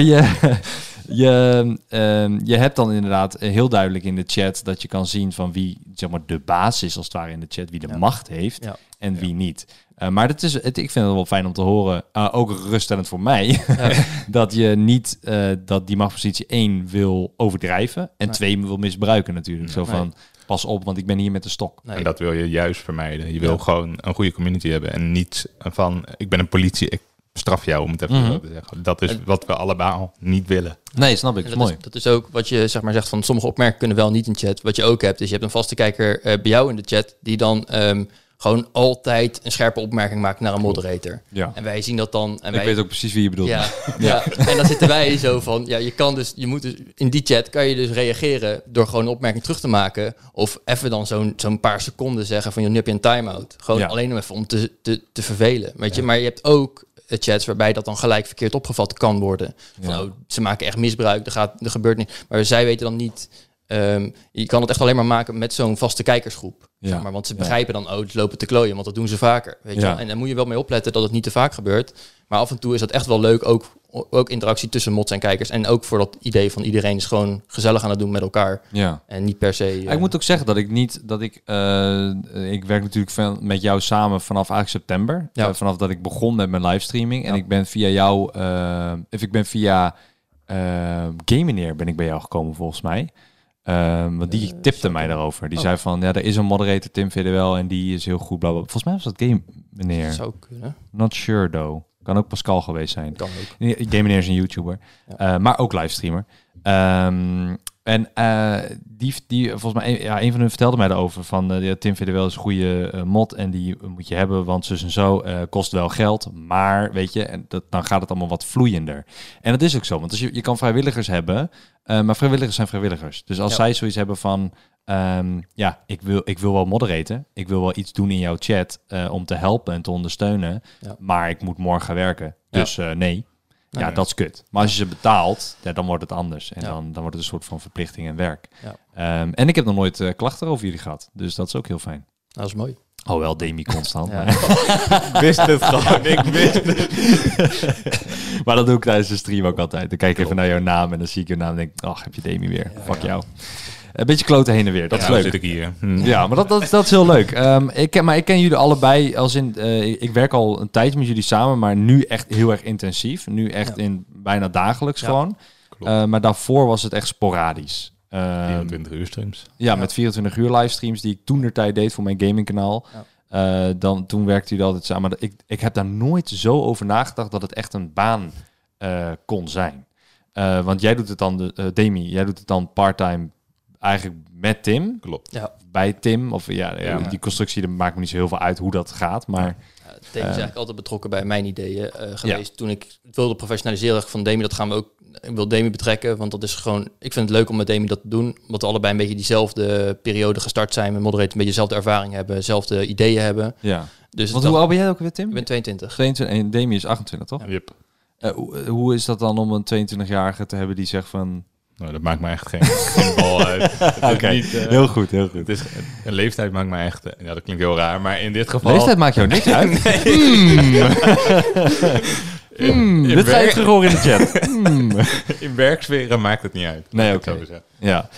je hebt dan inderdaad heel duidelijk in de chat dat je kan zien van wie, zeg maar, de baas is als het ware in de chat, wie de macht heeft en wie niet. Maar ik vind het wel fijn om te horen, ook geruststellend voor mij, dat je niet dat die machtspositie 1 wil overdrijven en 2 wil misbruiken natuurlijk. Zo van, pas op, want ik ben hier met de stok. En dat wil je juist vermijden. Je wil gewoon een goede community hebben en niet van, ik ben een politie, ik straf jou, om het even zo te zeggen. Dat is wat we allemaal niet willen. Nee, snap ik. Dat is mooi. Dat is ook wat je, zeg maar, zegt van sommige opmerkingen kunnen wel niet in chat. Wat je ook hebt, is je hebt een vaste kijker bij jou in de chat die dan gewoon altijd een scherpe opmerking maakt naar een moderator. Ja. En wij zien dat dan. En ik weet ook precies wie je bedoelt. Ja. En dan zitten wij zo van, je moet dus in die chat kan je dus reageren door gewoon een opmerking terug te maken. Of even dan zo'n paar seconden zeggen van, nu heb je een time-out. Gewoon alleen om even om te vervelen. Weet je, maar je hebt ook chats waarbij dat dan gelijk verkeerd opgevat kan worden. Van, ze maken echt misbruik, er gebeurt niet. Maar zij weten dan niet. Je kan het echt alleen maar maken met zo'n vaste kijkersgroep. Zeg maar, want ze begrijpen dan, ze lopen te klooien, want dat doen ze vaker. Weet je wel? En daar moet je wel mee opletten dat het niet te vaak gebeurt. Maar af en toe is dat echt wel leuk, ook interactie tussen mods en kijkers. En ook voor dat idee van iedereen is gewoon gezellig aan het doen met elkaar. Ja. En niet per se... Ik moet ook zeggen dat ik werk natuurlijk met jou samen vanaf eigenlijk september. Ja. Vanaf dat ik begon met mijn livestreaming. En ik ben via jou... via Gameneer ben ik bij jou gekomen volgens mij. Want die tipte mij daarover. Die zei van, er is een moderator, Tim Videwel, en die is heel goed, bla bla. Volgens mij was dat Gameneer. Zou kunnen. Not sure though. Kan ook Pascal geweest zijn. Kan ook. Gameneer is een YouTuber. Maar ook livestreamer. En die volgens mij, een van hun vertelde mij daarover van Tim Videwel is een goede mod en die moet je hebben, want zus en zo kost wel geld, maar weet je, en dan gaat het allemaal wat vloeiender. En dat is ook zo, want je kan vrijwilligers hebben, maar vrijwilligers zijn vrijwilligers. Dus als zij zoiets hebben van, ik wil wel moderaten, ik wil wel iets doen in jouw chat om te helpen en te ondersteunen, maar ik moet morgen gaan werken. Dus nee. Ja, dat is kut. Maar als je ze betaalt, dan wordt het anders. En dan wordt het een soort van verplichting en werk. Ja. En ik heb nog nooit klachten over jullie gehad. Dus dat is ook heel fijn. Dat is mooi. Oh, wel Demi constant. Ik wist het gewoon, ik wist het. Maar dat doe ik tijdens de stream ook altijd. Dan kijk ik even naar jouw naam en dan zie ik je naam en denk ik, heb je Demi weer. Fuck jou. Een beetje kloten heen en weer, dat is leuk. Zit ik hier. Ja, maar dat is heel leuk. Ik ken jullie allebei als in... ik werk al een tijdje met jullie samen, maar nu echt heel erg intensief. Nu echt in bijna dagelijks gewoon. Maar daarvoor was het echt sporadisch. 24 uur streams. Ja, met 24 uur livestreams die ik toentertijd deed voor mijn gamingkanaal. Ja. Toen werkte hij altijd samen. Maar ik heb daar nooit zo over nagedacht dat het echt een baan kon zijn. Want jij doet het dan, Demi, jij doet het dan part-time eigenlijk met Tim. Klopt. Ja. Bij Tim. Of die constructie, daar maakt me niet zo heel veel uit hoe dat gaat. Maar Demi is eigenlijk altijd betrokken bij mijn ideeën geweest. Ja. Toen ik wilde professionaliseren van Demi, dat gaan we ook. Ik wil Demi betrekken, want dat is gewoon. Ik vind het leuk om met Demi dat te doen, omdat we allebei een beetje diezelfde periode gestart zijn. We moderate een beetje dezelfde ervaring hebben, dezelfde ideeën hebben. Ja. Dus want hoe oud ben jij ook weer, Tim? Ik ben 22. 22 en Demi is 28, toch? Ja. Yep. Hoe is dat dan om een 22-jarige te hebben die zegt van... Nou, dat maakt me echt geen bal uit. Oké, heel goed. Het is, een leeftijd maakt me echt... ja, dat klinkt heel raar, maar in dit geval... Leeftijd maakt jou niks uit? Dit ga je terug horen in de chat. In werksferen maakt het niet uit. Nee, oké. Ja.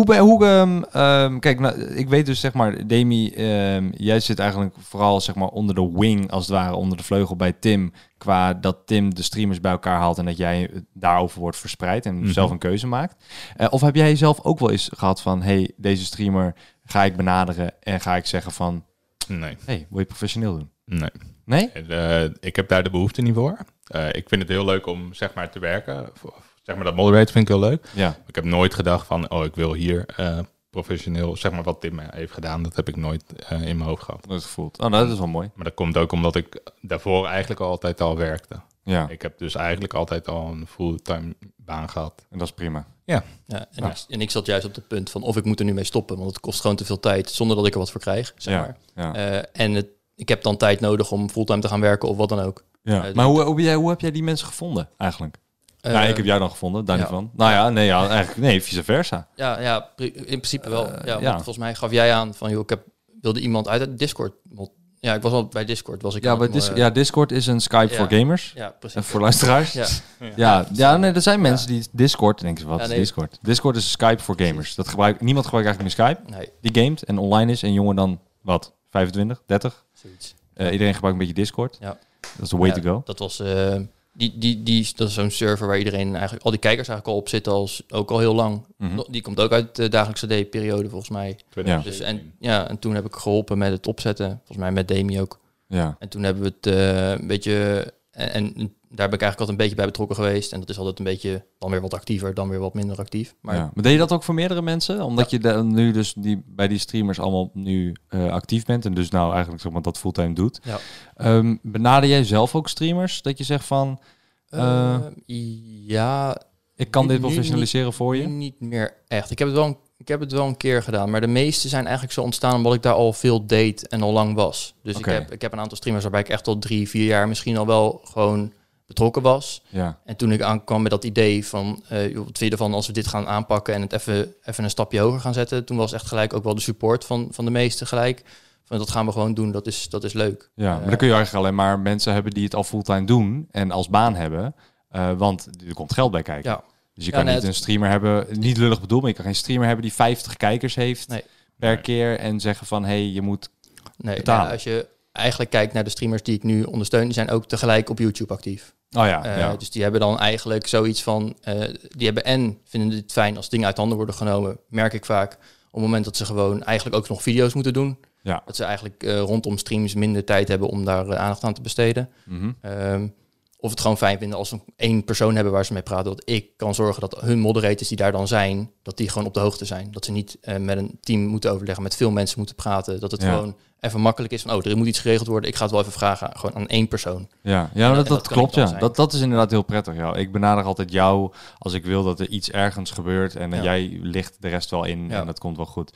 Kijk, nou, ik weet dus, zeg maar, Demi, jij zit eigenlijk vooral, zeg maar, onder de wing, als het ware, onder de vleugel bij Tim, qua dat Tim de streamers bij elkaar haalt en dat jij daarover wordt verspreid en zelf een keuze maakt. Of heb jij zelf ook wel eens gehad van, hey, deze streamer ga ik benaderen en ga ik zeggen van, nee. Hey, wil je professioneel doen? Nee. Nee? Ik heb daar de behoefte niet voor. Ik vind het heel leuk om, zeg maar, te werken. Zeg maar, dat moderate vind ik heel leuk. Ja. Ik heb nooit gedacht van, ik wil hier professioneel, zeg maar, wat Tim heeft gedaan. Dat heb ik nooit in mijn hoofd gehad. Dat gevoeld. Oh, dat is wel mooi. Maar dat komt ook omdat ik daarvoor eigenlijk altijd al werkte. Ja. Ik heb dus eigenlijk altijd al een fulltime baan gehad. En dat is prima. Ja. Ik zat juist op het punt van of ik moet er nu mee stoppen, want het kost gewoon te veel tijd zonder dat ik er wat voor krijg. Zeg maar. Ja. Ik heb dan tijd nodig om fulltime te gaan werken of wat dan ook. Ja. Maar hoe heb jij die mensen gevonden eigenlijk? Ik heb jou dan gevonden, daar niet van. Eigenlijk vice versa. Ja, in principe wel. Volgens mij gaf jij aan van, joh, wilde iemand uit het Discord. Ja, ik was al bij Discord. Discord is een Skype voor gamers. Ja, precies. En voor luisteraars. Er zijn mensen die Discord, denken ze, wat is Discord? Discord is een Skype voor gamers. Niemand gebruikt eigenlijk meer Skype. Nee. Die gamet en online is en jongen dan, 25, 30? Zoiets. Iedereen gebruikt een beetje Discord. Ja. Dat is the way to go. Dat was... dat is zo'n server waar iedereen eigenlijk... Al die kijkers eigenlijk al op zitten ook al heel lang. Mm-hmm. Die komt ook uit de dagelijkse D-periode volgens mij. Ja. Dus, en toen heb ik geholpen met het opzetten. Volgens mij met Demi ook. Ja. En toen hebben we het een beetje... En daar ben ik eigenlijk altijd een beetje bij betrokken geweest. En dat is altijd een beetje dan weer wat actiever, dan weer wat minder actief. Maar deed je dat ook voor meerdere mensen? Omdat je nu dus bij die streamers allemaal nu actief bent. En dus nou eigenlijk, zeg maar, dat fulltime doet. Ja. Benader jij zelf ook streamers? Dat je zegt van... ik kan dit professionaliseren voor je? Niet meer echt. Ik heb het wel een keer gedaan. Maar de meeste zijn eigenlijk zo ontstaan omdat ik daar al veel deed en al lang was. Dus ik heb een aantal streamers waarbij ik echt al 3-4 jaar misschien al wel gewoon betrokken was. Ja. En toen ik aankwam met dat idee van... wat vind je ervan als we dit gaan aanpakken en het even een stapje hoger gaan zetten? Toen was echt gelijk ook wel de support van de meesten gelijk. Van dat gaan we gewoon doen, dat is leuk. Ja, maar dan kun je eigenlijk alleen maar mensen hebben die het al fulltime doen en als baan hebben. Want er komt geld bij kijken. Ja. Dus je kan niet een streamer hebben, niet lullig bedoeld, maar je kan geen streamer hebben die 50 kijkers heeft per keer en zeggen van, hey, je moet betalen. Als je eigenlijk kijkt naar de streamers die ik nu ondersteun, die zijn ook tegelijk op YouTube actief. Oh ja. Dus die hebben dan eigenlijk zoiets van, die hebben en vinden het fijn als dingen uit handen worden genomen, merk ik vaak, op het moment dat ze gewoon eigenlijk ook nog video's moeten doen. Ja. Dat ze eigenlijk rondom streams minder tijd hebben om daar aandacht aan te besteden. Mm-hmm. Of het gewoon fijn vinden als ze één persoon hebben waar ze mee praten. Dat ik kan zorgen dat hun moderators die daar dan zijn, dat die gewoon op de hoogte zijn. Dat ze niet met een team moeten overleggen, met veel mensen moeten praten. Dat het gewoon even makkelijk is van, er moet iets geregeld worden. Ik ga het wel even vragen, gewoon aan één persoon. Dat klopt, ja. Dat is inderdaad heel prettig. Ja. Ik benader altijd jou als ik wil dat er iets ergens gebeurt. En jij licht de rest wel in en dat komt wel goed.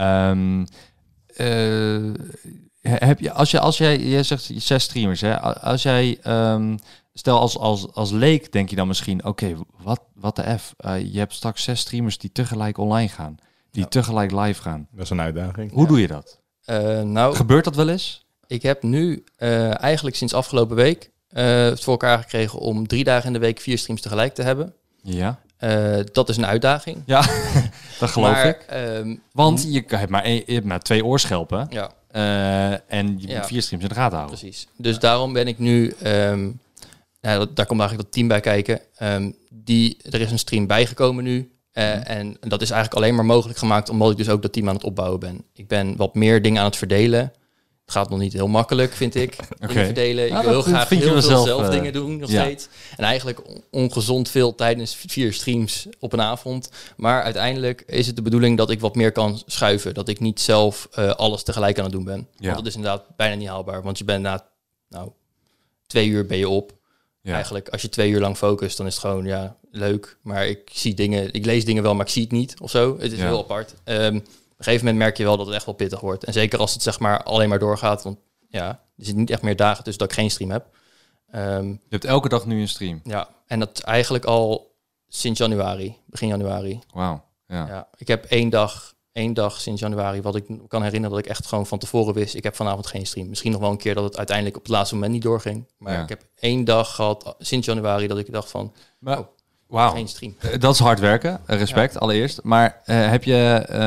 Heb je, als jij zegt 6 streamers, hè? Als jij, stel als leek, denk je dan misschien, oké, wat de F? Je hebt straks 6 streamers die tegelijk online gaan, die tegelijk live gaan. Dat is een uitdaging. Hoe doe je dat? Gebeurt dat wel eens? Ik heb nu eigenlijk sinds afgelopen week het voor elkaar gekregen om 3 dagen in de week 4 streams tegelijk te hebben. Ja. Dat is een uitdaging. Ja, dat geloof ik. Want je hebt maar 2 oorschelpen. Ja. En je moet 4 streams in de gaten houden. Precies. Dus daarom ben ik nu... daar komt eigenlijk dat team bij kijken. Er is een stream bijgekomen nu. En dat is eigenlijk alleen maar mogelijk gemaakt omdat ik dus ook dat team aan het opbouwen ben. Ik ben wat meer dingen aan het verdelen. Het gaat nog niet heel makkelijk, vind ik. Dingen verdelen. Ik wil heel graag heel veel zelf dingen doen nog steeds. En eigenlijk ongezond veel tijdens 4 streams op een avond. Maar uiteindelijk is het de bedoeling dat ik wat meer kan schuiven. Dat ik niet zelf alles tegelijk aan het doen ben. Want dat is inderdaad bijna niet haalbaar. Want je bent na 2 uur ben je op. Ja. Eigenlijk, als je 2 uur lang focust, dan is het gewoon leuk. Maar ik lees dingen wel, maar ik zie het niet of zo. Het is heel apart. Op een gegeven moment merk je wel dat het echt wel pittig wordt. En zeker als het zeg maar alleen maar doorgaat. Want er zit niet echt meer dagen tussen dat ik geen stream heb. Je hebt elke dag nu een stream. Ja, en dat eigenlijk al sinds begin januari. Wauw. Ja. Ik heb één dag sinds januari, wat ik kan herinneren dat ik echt gewoon van tevoren wist, ik heb vanavond geen stream. Misschien nog wel een keer dat het uiteindelijk op het laatste moment niet doorging. Maar ik heb 1 dag gehad sinds januari dat ik dacht van, geen stream. Dat is hard werken, respect allereerst. Maar heb je,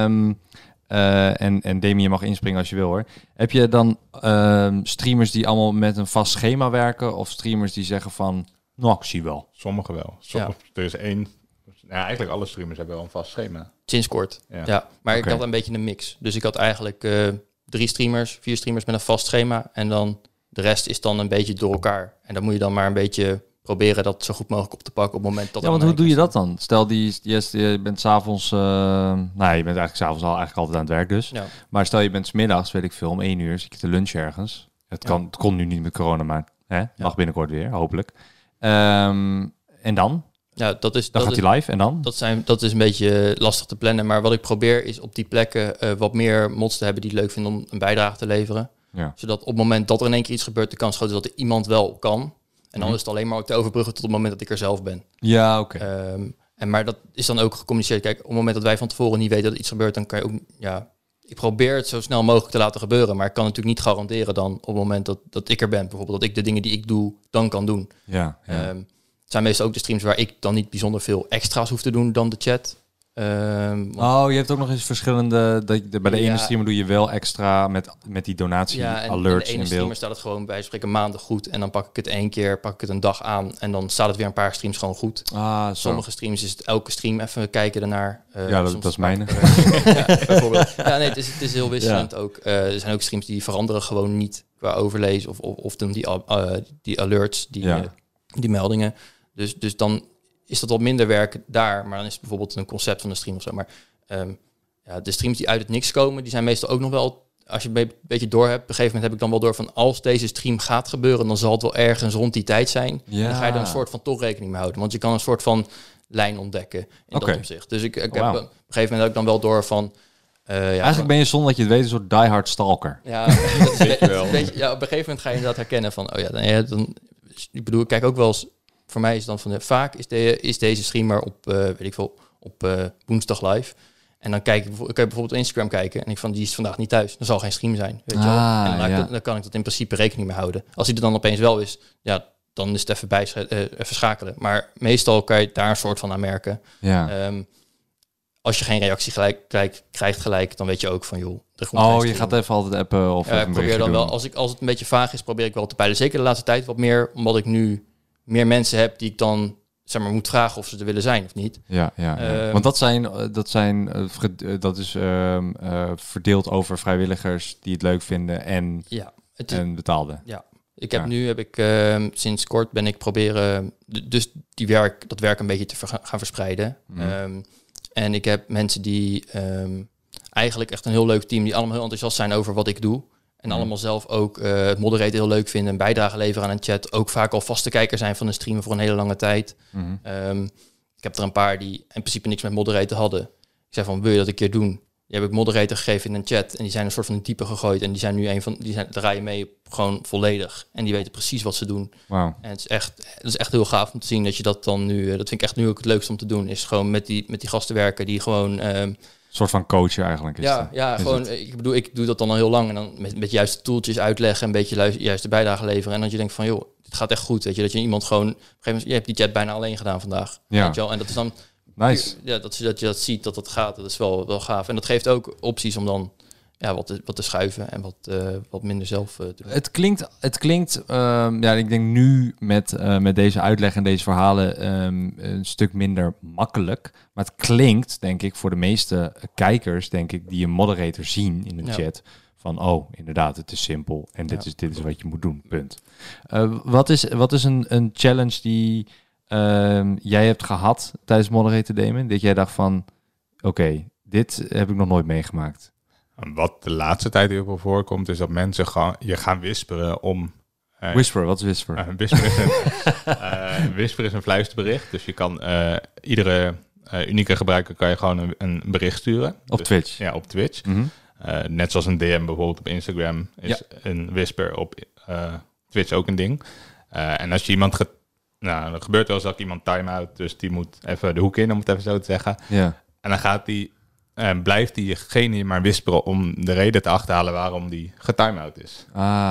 en Demi, je mag inspringen als je wil hoor. Heb je dan streamers die allemaal met een vast schema werken? Of streamers die zeggen van, ik zie wel. Sommigen wel. Er is één... eigenlijk alle streamers hebben wel een vast schema. Sinds kort, maar ik had een beetje een mix. Dus ik had eigenlijk 4 streamers met een vast schema. En dan de rest is dan een beetje door elkaar. En dan moet je dan maar een beetje proberen dat zo goed mogelijk op te pakken op het moment dat... Ja, want hoe doe je dat dan? Stel, je bent s'avonds... je bent eigenlijk s'avonds eigenlijk altijd aan het werk dus. Ja. Maar stel, je bent 's middags, weet ik veel, om 1 uur zit je te lunch ergens. Het kon nu niet met corona, maar mag binnenkort weer, hopelijk. En dan? Ja, dan gaat hij live en dan? Dat is een beetje lastig te plannen. Maar wat ik probeer is op die plekken wat meer mods te hebben die het leuk vinden om een bijdrage te leveren. Ja. Zodat op het moment dat er in één keer iets gebeurt, de kans groot is dat er iemand wel kan. En dan is het alleen maar te overbruggen tot het moment dat ik er zelf ben. Ja, oké. Maar dat is dan ook gecommuniceerd. Kijk, op het moment dat wij van tevoren niet weten dat er iets gebeurt, dan kan je ook... ik probeer het zo snel mogelijk te laten gebeuren. Maar ik kan natuurlijk niet garanderen dan op het moment dat ik er ben. Bijvoorbeeld dat ik de dingen die ik doe, dan kan doen. Ja. Het zijn meestal ook de streams waar ik dan niet bijzonder veel extra's hoef te doen dan de chat. Je hebt ook nog eens verschillende... Bij de ene streamer doe je wel extra met die donatie alerts in beeld. De streamer staat het gewoon bij spreken maanden goed. En dan pak ik het 1 keer, pak ik het een dag aan. En dan staat het weer een paar streams gewoon goed. Sommige streams is het elke stream even kijken ernaar. Dat is mijne. Bijvoorbeeld. Het is heel wisselend ook. Er zijn ook streams die veranderen gewoon niet qua overlees. Of dan die alerts, die meldingen. Dus dan is dat wat minder werk daar, maar dan is het bijvoorbeeld een concept van een stream of zo. Maar de streams die uit het niks komen, die zijn meestal ook nog wel, als je een beetje door hebt, op een gegeven moment heb ik dan wel door van, als deze stream gaat gebeuren, dan zal het wel ergens rond die tijd zijn. Ja. En dan ga je er een soort van toch rekening mee houden, want je kan een soort van lijn ontdekken in dat opzicht. Dus ik heb op een gegeven moment heb ik dan wel door van... Eigenlijk ben je zonder dat je het weet een soort diehard stalker. Ja, dat is wel. Op een gegeven moment ga je inderdaad herkennen van, dan ik bedoel, ik kijk ook wel eens. Voor mij is het dan van vaak is deze streamer op woensdag live. En dan kan je bijvoorbeeld op Instagram kijken en ik van die is vandaag niet thuis. Dan zal geen stream zijn. Weet je wel? En dan kan ik dat in principe rekening mee houden. Als hij er dan opeens wel is, dan is het even schakelen. Maar meestal kan je daar een soort van aan merken. Ja. Als je geen reactie krijgt gelijk, dan weet je ook van joh. Je gaat even altijd appen of even probeer dan wel. Als het een beetje vaag is, probeer ik wel te peilen. Zeker de laatste tijd wat meer, omdat ik nu meer mensen heb die ik dan moet vragen of ze er willen zijn of niet. Want dat is verdeeld over vrijwilligers die het leuk vinden en betaalde. Ja. Nu heb ik sinds kort ben ik proberen dus dat werk een beetje te gaan verspreiden. En ik heb mensen die eigenlijk echt een heel leuk team die allemaal heel enthousiast zijn over wat ik doe. En allemaal zelf ook het moderaten heel leuk vinden. Een bijdrage leveren aan een chat. Ook vaak al vaste kijker zijn van een streamer voor een hele lange tijd. Ik heb er een paar die in principe niks met moderaten hadden. Ik zei van, wil je dat een keer doen? Die heb ik moderator gegeven in een chat. En die zijn een soort van een type gegooid. En die zijn nu draaien mee gewoon volledig. En die weten precies wat ze doen. Wow. En het is echt heel gaaf om te zien dat je dat dan nu... dat vind ik echt nu ook het leukste om te doen. Is gewoon met die gasten werken die gewoon... een soort van coach eigenlijk. Ik bedoel, ik doe dat dan al heel lang. En dan met juiste tooltjes uitleggen, een beetje juiste bijdrage leveren. En dat je denkt van, joh, dit gaat echt goed. Weet je, dat je iemand gewoon... Op een gegeven moment, je hebt die chat bijna alleen gedaan vandaag. Ja. Weet je wel? En dat is dan... Nice. Ja, dat je dat ziet, dat gaat. Dat is wel gaaf. En dat geeft ook opties om dan wat te schuiven en wat minder zelf te doen. Het klinkt ik denk nu met deze uitleg en deze verhalen een stuk minder makkelijk. Maar het klinkt, denk ik, voor de meeste kijkers, denk ik, die een moderator zien in de chat, van inderdaad, het is simpel en dit is wat je moet doen, punt. Wat is een challenge die jij hebt gehad tijdens moderator, Damon? Dat jij dacht van, oké, dit heb ik nog nooit meegemaakt. Wat de laatste tijd heel veel voorkomt, is dat mensen gaan whisperen om... Whisper, wat is whisper? Whisper is een fluisterbericht. Dus je kan iedere unieke gebruiker kan je gewoon een bericht sturen. Op Twitch? Ja, op Twitch. Mm-hmm. Net zoals een DM bijvoorbeeld op Instagram is een whisper op Twitch ook een ding. En als je iemand... er gebeurt wel eens dat iemand time-out, dus die moet even de hoek in, om het even zo te zeggen. Ja. En dan gaat die... blijft diegene maar whisperen om de reden te achterhalen waarom die getime-out is.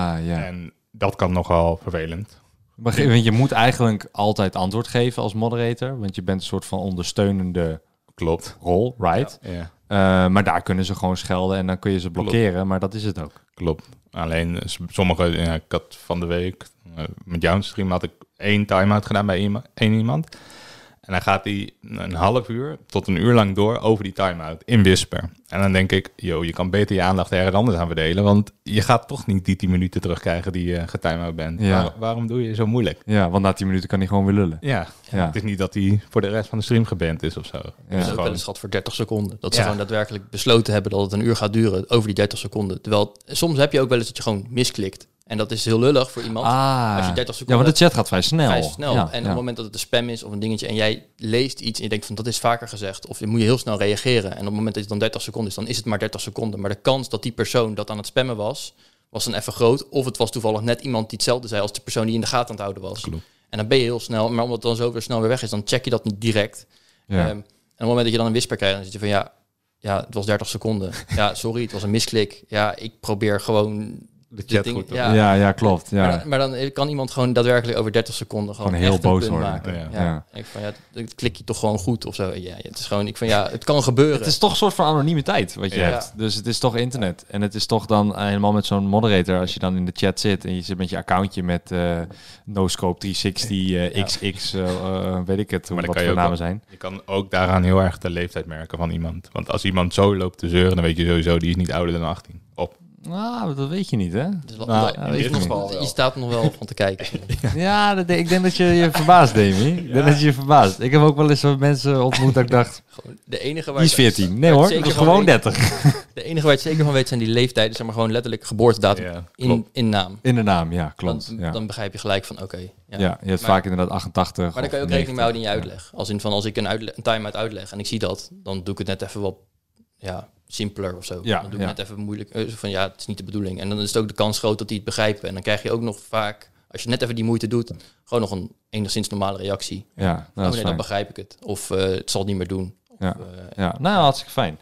En dat kan nogal vervelend. Want je moet eigenlijk altijd antwoord geven als moderator, want je bent een soort van ondersteunende rol, right? Ja. Maar daar kunnen ze gewoon schelden en dan kun je ze blokkeren, maar dat is het ook. Klopt. Alleen sommige, ik had van de week met jouw stream had ik 1 time-out gedaan bij één iemand. En dan gaat hij een half uur tot een uur lang door over die time-out in Whisper. En dan denk ik, je kan beter je aandacht ergens anders aan verdelen. Want je gaat toch niet die 10 minuten terugkrijgen die je getime-out bent. Ja. Waarom doe je zo moeilijk? Ja, want na 10 minuten kan hij gewoon weer lullen. Ja. Het is niet dat hij voor de rest van de stream geband is of zo. Ja. Dat is ook wel eens schat voor 30 seconden. Dat ze gewoon daadwerkelijk besloten hebben dat het een uur gaat duren over die 30 seconden. Terwijl soms heb je ook wel eens dat je gewoon misklikt. En dat is heel lullig voor iemand. Als je 30 seconden... Ja, want de chat gaat vrij snel. Ja, en op het moment dat het een spam is of een dingetje en jij leest iets en je denkt van dat is vaker gezegd, of je moet je heel snel reageren. En op het moment dat het dan 30 seconden is, dan is het maar 30 seconden. Maar de kans dat die persoon dat aan het spammen was dan even groot. Of het was toevallig net iemand die hetzelfde zei als de persoon die in de gaten aan het houden was. Klopt. En dan ben je heel snel, maar omdat het dan zo weer snel weer weg is, dan check je dat niet direct. Ja. En op het moment dat je dan een whisper krijgt, dan zit je van het was 30 seconden. Ja, sorry, het was een misklik. Ja, ik probeer gewoon... De chat goed. Ja, klopt. Ja. Maar dan kan iemand gewoon daadwerkelijk over 30 seconden gewoon heel echt boos een punt worden. maken. Ja. Ik van dan klik je toch gewoon goed of zo. Ja, het is gewoon, het kan gebeuren. Het is toch een soort van anonimiteit wat je hebt. Dus het is toch internet. En het is toch dan helemaal met zo'n moderator, als je dan in de chat zit en je zit met je accountje met NoScope 360, XX, weet ik het, wat voor namen zijn. Je kan ook daaraan heel erg de leeftijd merken van iemand. Want als iemand zo loopt te zeuren, dan weet je sowieso, die is niet ouder dan 18. Nou, dat weet je niet, hè? Je staat nog wel van te kijken. Ik denk dat je je verbaast, Demi. Ik denk dat je je verbaast. Ik heb ook wel eens mensen ontmoet dat ik dacht... De enige waar die is 14. Nee hoor, dat is gewoon 30. De enige waar je het zeker van weet zijn die leeftijden. Zeg maar gewoon letterlijk geboortedatum in naam. In de naam, ja, klopt. Dan begrijp je gelijk van oké. Je hebt vaak inderdaad 88. Maar dan kan je ook rekening mee houden in je uitleg. Als in van als ik een time-out uitleg en ik zie dat, dan doe ik het net even wat... simpeler of zo. Dan doe ik net even moeilijk. Van het is niet de bedoeling. En dan is het ook de kans groot dat die het begrijpen. En dan krijg je ook nog vaak, als je net even die moeite doet, gewoon nog een enigszins normale reactie. Ja, dan begrijp ik het. Of het zal niet meer doen. Of, nou, hartstikke fijn.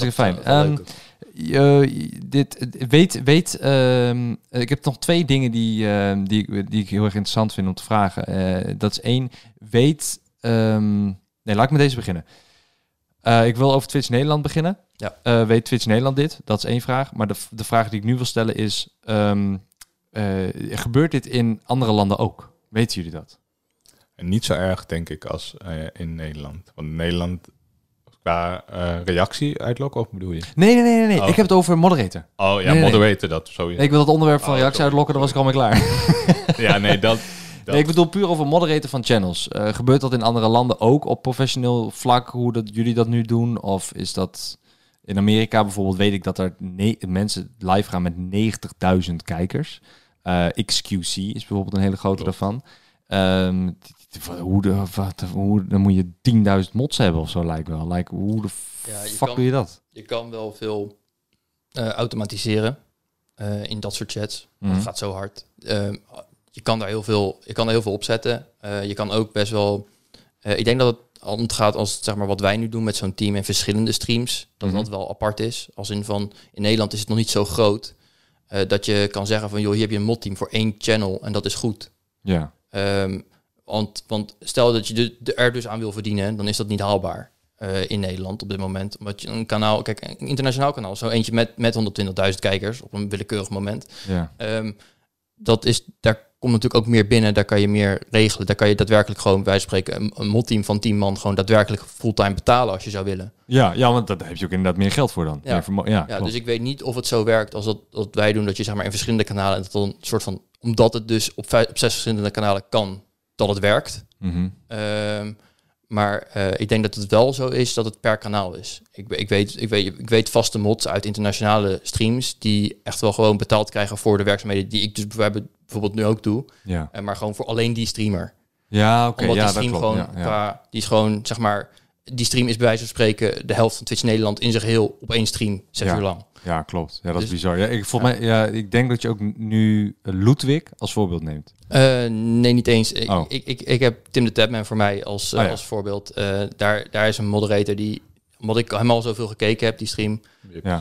Ik heb nog 2 dingen die ik heel erg interessant vind om te vragen. Dat is 1, laat ik met deze beginnen. Ik wil over Twitch Nederland beginnen. Ja. Weet Twitch Nederland dit? Dat is 1 vraag. Maar de vraag die ik nu wil stellen is... gebeurt dit in andere landen ook? Weten jullie dat? En niet zo erg, denk ik, als in Nederland. Want in Nederland... Qua reactie uitlokken, of bedoel je? Nee. Oh. Ik heb het over moderator. Oh ja, moderator, dat sowieso. Ik wil het onderwerp van reactie uitlokken, dan was ik al mee klaar. Ja, nee, dat... Nee, ik bedoel puur over moderator van channels. Gebeurt dat in andere landen ook op professioneel vlak, hoe jullie dat nu doen? Of is dat... In Amerika bijvoorbeeld weet ik dat er mensen live gaan met 90.000 kijkers. XQC is bijvoorbeeld een hele grote daarvan. Dan moet je 10.000 mods hebben of zo, lijkt wel. Hoe de fuck doe je dat? Je kan wel veel automatiseren in dat soort chats. Dat gaat zo hard. Je kan daar heel veel opzetten. Je kan ook best wel... ik denk dat het omgaat als zeg maar wat wij nu doen met zo'n team en verschillende streams. Dat wel apart is. Als in van... In Nederland is het nog niet zo groot. Dat je kan zeggen van... joh, hier heb je een modteam voor 1 channel en dat is goed. Ja. Want stel dat je er dus aan wil verdienen... dan is dat niet haalbaar. in Nederland op dit moment. Omdat je een kanaal, kijk, een internationaal kanaal, zo eentje met 120.000 kijkers op een willekeurig moment. Ja. Daar komt natuurlijk ook meer binnen, daar kan je meer regelen. Daar kan je daadwerkelijk gewoon, wij spreken, een modteam van 10 man gewoon daadwerkelijk fulltime betalen als je zou willen. Ja, want daar heb je ook inderdaad meer geld voor dan. Ja, dus ik weet niet of het zo werkt als dat wij doen, dat je zeg maar in verschillende kanalen, en dat dan een soort van, omdat het dus op 6 verschillende kanalen kan, dat het werkt. Mm-hmm. Maar ik denk dat het wel zo is dat het per kanaal is. Ik weet vaste mods uit internationale streams die echt wel gewoon betaald krijgen voor de werkzaamheden die ik dus bijvoorbeeld nu ook doe. Ja. Maar gewoon voor alleen die streamer. Ja, oké. Omdat Ja, die stream dat klopt. gewoon, die is gewoon, zeg maar, die stream is bij wijze van spreken de helft van Twitch Nederland in zijn geheel op één stream 6 uur lang. Ja, klopt. Ja, dat is Dus- bizar. Ja, ik denk dat je ook nu Ludwig als voorbeeld neemt. Nee, niet eens. Oh. Ik heb Tim de Tapman voor mij als voorbeeld. Daar is een moderator die, omdat ik hem al zoveel gekeken heb, die stream. Ja.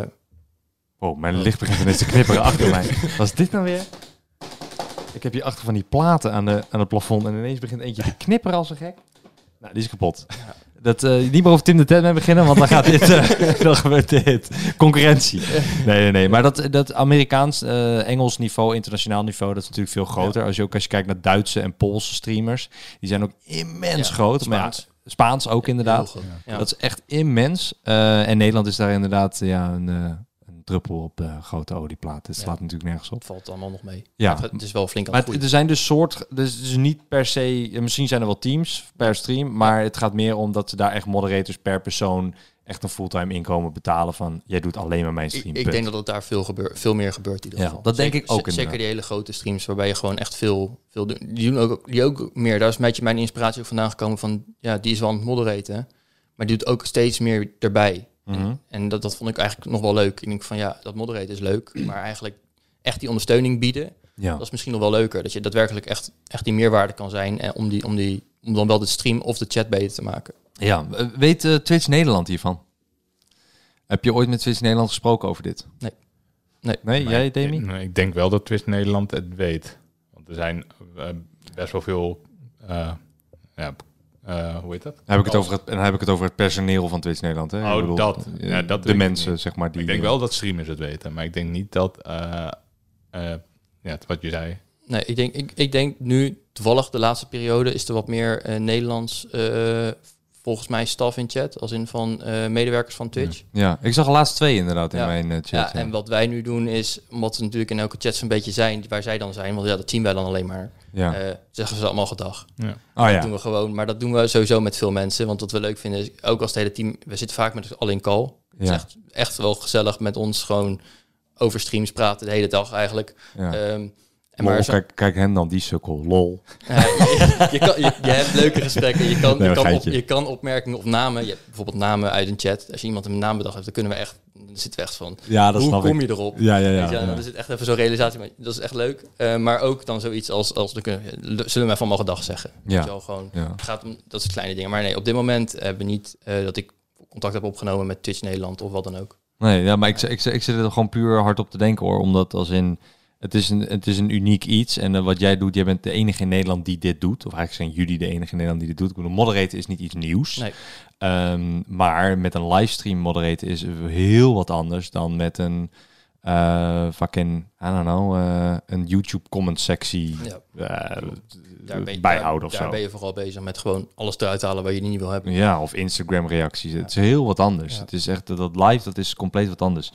Mijn licht begint ineens te knipperen achter mij. Wat is dit nou weer? Ik heb hier achter van die platen aan het plafond en ineens begint eentje te knipperen als een gek. Nou, die is kapot. Ja. Dat niet meer over Tim de Tapman beginnen, want dan gaat dit, dan gebeurt dit. Concurrentie. Nee. Maar dat Amerikaans, Engels niveau, internationaal niveau, dat is natuurlijk veel groter. Ja. Als je kijkt naar Duitse en Poolse streamers, die zijn ook immens groot. Spaans. Maar Spaans ook inderdaad. Ja. Dat is echt immens. En Nederland is daar inderdaad een druppel op de grote olieplaat. Het slaat natuurlijk nergens op. Het valt allemaal nog mee. Ja. Het is wel flink aan Maar het groeien. er zijn dus niet per se, misschien zijn er wel teams per stream, maar het gaat meer om dat ze daar echt moderators per persoon echt een fulltime inkomen betalen van, jij doet alleen maar mijn stream. Ik denk dat het daar veel meer gebeurt in ieder geval. Dat denk ik ook. Zeker die hele grote streams waarbij je gewoon echt veel doet. Die doen ook meer. Daar is een beetje mijn inspiratie ook vandaan gekomen van, ja, die is wel aan het moderaten, maar die doet ook steeds meer erbij. Mm-hmm. En dat vond ik eigenlijk nog wel leuk. Ik denk van, ja, dat moderaten is leuk, maar eigenlijk echt die ondersteuning bieden, dat is misschien nog wel leuker. Dat je daadwerkelijk echt die meerwaarde kan zijn en om dan wel de stream of de chat beter te maken. Ja, weet Twitch Nederland hiervan? Heb je ooit met Twitch Nederland gesproken over dit? Nee, jij, Demi? Nee, ik denk wel dat Twitch Nederland het weet. Want er zijn best wel veel... hoe heet dat? Dan heb ik het over het personeel van Twitch Nederland. Hè? Oh, dat de mensen, zeg maar. Die ik denk wel dat streamers het weten, maar ik denk niet dat... wat je zei. Nee, ik denk nu, toevallig de laatste periode, is er wat meer Nederlands, volgens mij, staf in chat, als in van medewerkers van Twitch. Ja, ik zag de laatste 2 inderdaad in mijn chat. Ja, en wat wij nu doen is, omdat we natuurlijk in elke chat zo'n beetje zijn, waar zij dan zijn, want dat zien wij dan alleen maar, zeggen ze allemaal gedag. Ja. Dat doen we gewoon, maar dat doen we sowieso met veel mensen, want wat we leuk vinden is, ook als het hele team, we zitten vaak met z'n allen in call. Het is echt wel gezellig met ons gewoon over streams praten de hele dag eigenlijk. Ja. Kijk hen dan, die sukkel, lol. Je hebt leuke gesprekken. Je kan opmerkingen of namen. Je hebt bijvoorbeeld namen uit een chat. Als je iemand een naam bedacht heeft, dan kunnen we echt... Dan zitten we echt van... Ja, dat hoe kom je erop? Ja. Dan is het echt even zo'n realisatie. Maar dat is echt leuk. Maar ook dan zoiets als zullen we even allemaal gedag zeggen. Ja. Wel gewoon, het gaat om dat soort kleine dingen. Maar nee, op dit moment hebben we niet dat ik contact heb opgenomen met Twitch Nederland of wat dan ook. Nee, ja, maar ik zit er gewoon puur hard op te denken hoor. Omdat als in... Het is een uniek iets. En wat jij doet, jij bent de enige in Nederland die dit doet. Of eigenlijk zijn jullie de enige in Nederland die dit doet. Ik bedoel, moderaten is niet iets nieuws. Nee. Maar met een livestream moderaten is heel wat anders dan met een een YouTube comment sectie bijhouden of zo. Daar ben je vooral bezig met gewoon alles eruit halen waar je niet wil hebben. Ja, of Instagram reacties. Het is heel wat anders. Ja. Het is echt dat live, dat is compleet wat anders.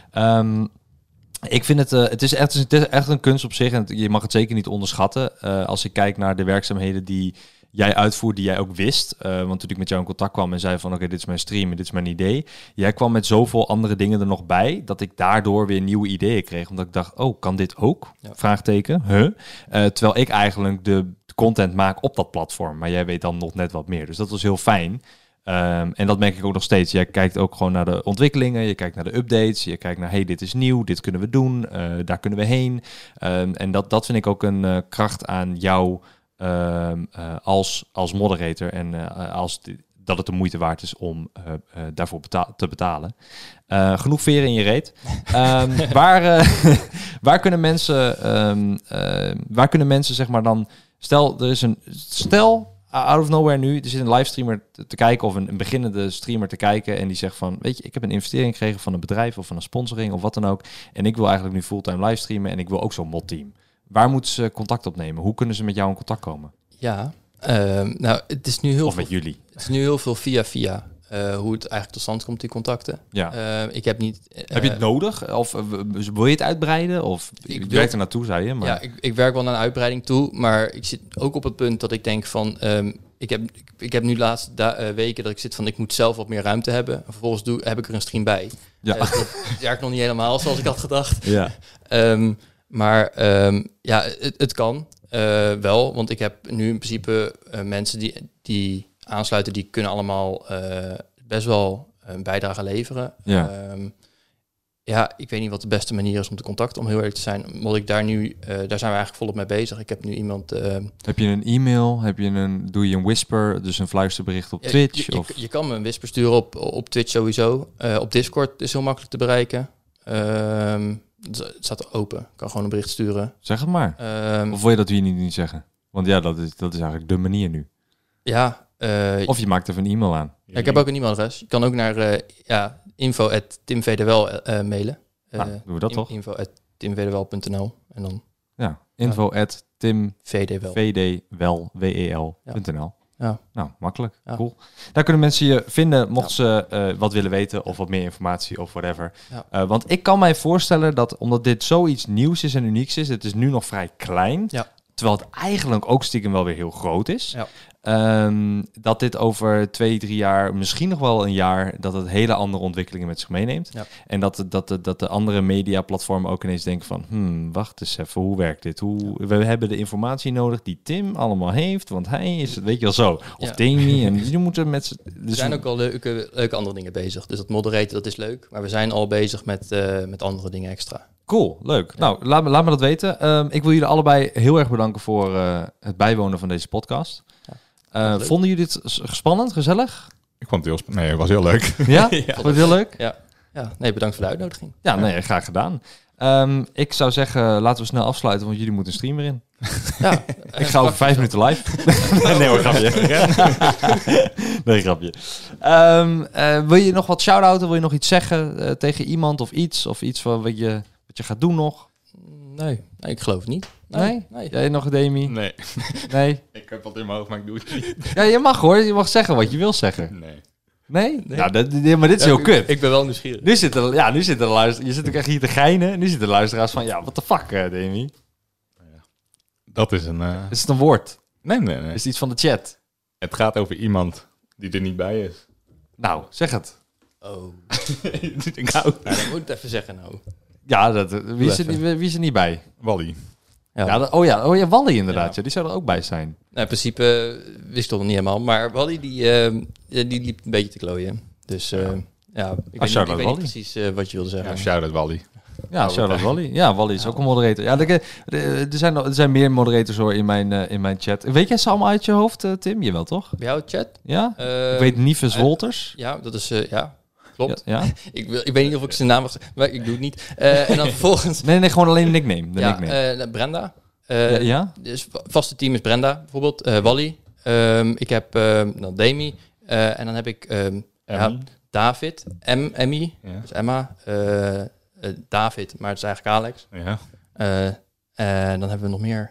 Ik vind het is echt een kunst op zich en je mag het zeker niet onderschatten. Als ik kijk naar de werkzaamheden die jij uitvoert, die jij ook wist. Want toen ik met jou in contact kwam en zei van oké, dit is mijn stream en dit is mijn idee. Jij kwam met zoveel andere dingen er nog bij, dat ik daardoor weer nieuwe ideeën kreeg. Omdat ik dacht, oh, kan dit ook? Ja. Vraagteken. Terwijl ik eigenlijk de content maak op dat platform. Maar jij weet dan nog net wat meer. Dus dat was heel fijn. En dat merk ik ook nog steeds. Jij kijkt ook gewoon naar de ontwikkelingen. Je kijkt naar de updates. Je kijkt naar, hey, dit is nieuw. Dit kunnen we doen. Daar kunnen we heen. En dat vind ik ook een kracht aan jou als moderator. En dat het de moeite waard is om daarvoor te betalen. Genoeg veren in je reet. Waar kunnen mensen zeg maar dan... Stel, out of nowhere nu, er zit een livestreamer te kijken of een beginnende streamer te kijken en die zegt van, weet je, ik heb een investering gekregen van een bedrijf of van een sponsoring of wat dan ook en ik wil eigenlijk nu fulltime livestreamen en ik wil ook zo'n modteam. Waar moeten ze contact opnemen? Hoe kunnen ze met jou in contact komen? Ja, nou, het is nu heel Of veel, met jullie? Het is nu heel veel via hoe het eigenlijk tot stand komt, die contacten. Ja. Ik heb niet... Heb je het nodig? Of wil je het uitbreiden? Of je werkt er naartoe, zei je? Maar... Ja, ik werk wel naar een uitbreiding toe, maar ik zit ook op het punt dat ik denk van... Ik heb nu de laatste weken dat ik zit van, ik moet zelf wat meer ruimte hebben. En vervolgens heb ik er een stream bij. Ja. Dat werkt nog niet helemaal zoals ik had gedacht. Ja. Maar het kan wel, want ik heb nu in principe mensen die aansluiten, die kunnen allemaal best wel een bijdrage leveren. Ja. Ik weet niet wat de beste manier is om te contacten, om heel eerlijk te zijn. Omdat ik daar nu, daar zijn we eigenlijk volop mee bezig. Ik heb nu iemand... Heb je een e-mail? Doe je een whisper, dus een fluisterbericht op Twitch? Je kan me een whisper sturen op Twitch sowieso. Op Discord is heel makkelijk te bereiken. Het staat open. Ik kan gewoon een bericht sturen. Zeg het maar. Of wil je dat hier niet zeggen? Want ja, dat is eigenlijk de manier nu. Ja. Of je maakt even een e-mail aan. Ja, ik heb ook een e-mailadres. Je kan ook naar info@timvdwel mailen. Doen we dat toch? info@timvdwel.nl en dan... Ja, info@timvdwel.nl. Ja. Nou, makkelijk. Ja. Cool. Daar kunnen mensen je vinden, mochten ze wat willen weten of wat meer informatie of whatever. Ja. Want ik kan mij voorstellen dat, omdat dit zoiets nieuws is en unieks is, het is nu nog vrij klein, Ja. terwijl het eigenlijk ook stiekem wel weer heel groot is. Ja. Dat dit over 2-3 jaar, misschien nog wel een jaar, dat het hele andere ontwikkelingen met zich meeneemt. Ja. En dat de andere mediaplatformen ook ineens denken van, wacht eens even, hoe werkt dit? We hebben de informatie nodig die Tim allemaal heeft, want hij is het, weet je wel zo. Of Demi, en die moeten met z'n... We zijn ook al leuke andere dingen bezig. Dus dat moderaten, dat is leuk. Maar we zijn al bezig met andere dingen extra. Cool, leuk. Ja. Nou, laat me dat weten. Ik wil jullie allebei heel erg bedanken voor het bijwonen van deze podcast. Ja. Vonden jullie het spannend, gezellig? Ik vond het het was heel leuk. Ja? Vond je het heel leuk? Ja. Nee, bedankt voor de uitnodiging. Ja, nee, graag gedaan. Ik zou zeggen, laten we snel afsluiten, want jullie moeten een stream erin. Ja, ik ga over 5 minuten live. Nee hoor, grapje. Nee, grapje. Wil je nog wat shout-outen? Wil je nog iets zeggen tegen iemand of iets? Of iets wat je gaat doen nog? Nee, ik geloof het niet. Nee? Jij nog, Demi? Nee. Nee? Ik heb wat in mijn hoofd, maar ik doe het niet. Ja, je mag hoor. Je mag zeggen wat je wil zeggen. Nee. Nee? Nou, maar dit is heel kut. Ik ben wel nieuwsgierig. Nu zitten de luisteraars... Je zit ook echt hier te geinen. Nu zitten de luisteraars van... Ja, what the fuck, Demi? Dat is een... Is het een woord? Nee. Is het iets van de chat? Het gaat over iemand die er niet bij is. Nou, zeg het. Oh. Ik hou. Nou, dan moet ik het even zeggen nou. Ja, wie is er niet bij? Wally. Ja, Wally inderdaad. Ja. Die zou er ook bij zijn. Nou, in principe wist ik toch nog niet helemaal. Maar Wally die liep een beetje te klooien. Dus ik weet niet precies wat je wilde zeggen. Ja, shout-out Wally. Ja, shout-out Wally. Ja, Wally is ook een moderator. Ja, er zijn meer moderators hoor in mijn chat. Weet jij ze allemaal uit je hoofd, Tim? Jawel, toch? Bij jou chat? Ja? Ik weet Nives Wolters. Ja, dat is... Klopt. Ja? Ik weet niet of ik zijn naam mag zeggen, maar ik doe het niet. En dan vervolgens... Nee, gewoon alleen de nickname. Brenda. Dus vaste team is Brenda, bijvoorbeeld. Wally. Ik heb Demi. En dan heb ik David. Emmy. Ja. Dus Emma. David, maar het is eigenlijk Alex. Ja. En dan hebben we nog meer.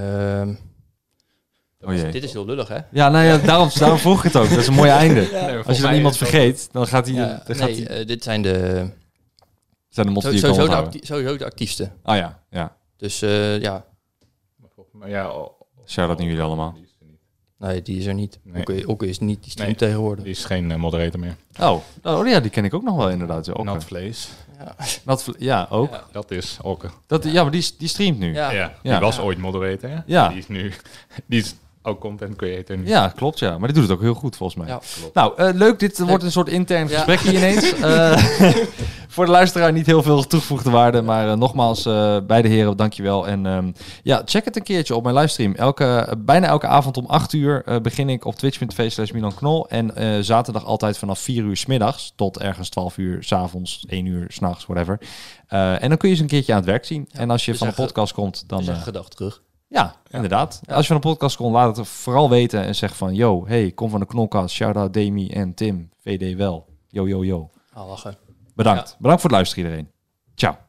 Dit is heel lullig, hè? Ja, nou ja, daarom vroeg ik het ook. Dat is een mooi einde. Ja. Als je dan iemand vergeet, dan gaat hij... dit zijn de... Zijn de motten die je kan onthouden. Sowieso de actiefste. Oh ja. Dus ja. Maar ja... Shout-out naar jullie allemaal. Nee, die is er niet. Nee. Okke is niet, die streamt tegenwoordig. Die is geen moderator meer. Oh ja, die ken ik ook nog wel inderdaad. Nat Vlees. Ja, ook. Ja, dat is Okke. Ja, maar die streamt nu. Ja. Die was ooit moderator. Hè? Ja. Die is nu... Die is ook content creator nu. Ja, klopt ja. Maar die doet het ook heel goed volgens mij. Ja, klopt. Nou, leuk. Dit wordt een soort intern gesprekje ineens. Voor de luisteraar niet heel veel toegevoegde waarde. Maar nogmaals, beide heren, dankjewel. En check het een keertje op mijn livestream. Bijna elke avond om 8 uur begin ik op twitch.tv/MilanKnol. En zaterdag altijd vanaf 4 uur 's middags tot ergens 12 uur 's avonds, 1 uur 's nachts, whatever. En dan kun je eens een keertje aan het werk zien. En als je van de podcast komt, dan... gedag terug. Ja, inderdaad. Ja. Als je van de podcast komt, laat het vooral weten en zeg van... Yo, hey, kom van de Knolcast. Shout-out Demi en Tim. VD wel. Yo. Lachen. Bedankt. Bedankt voor het luisteren iedereen. Ciao.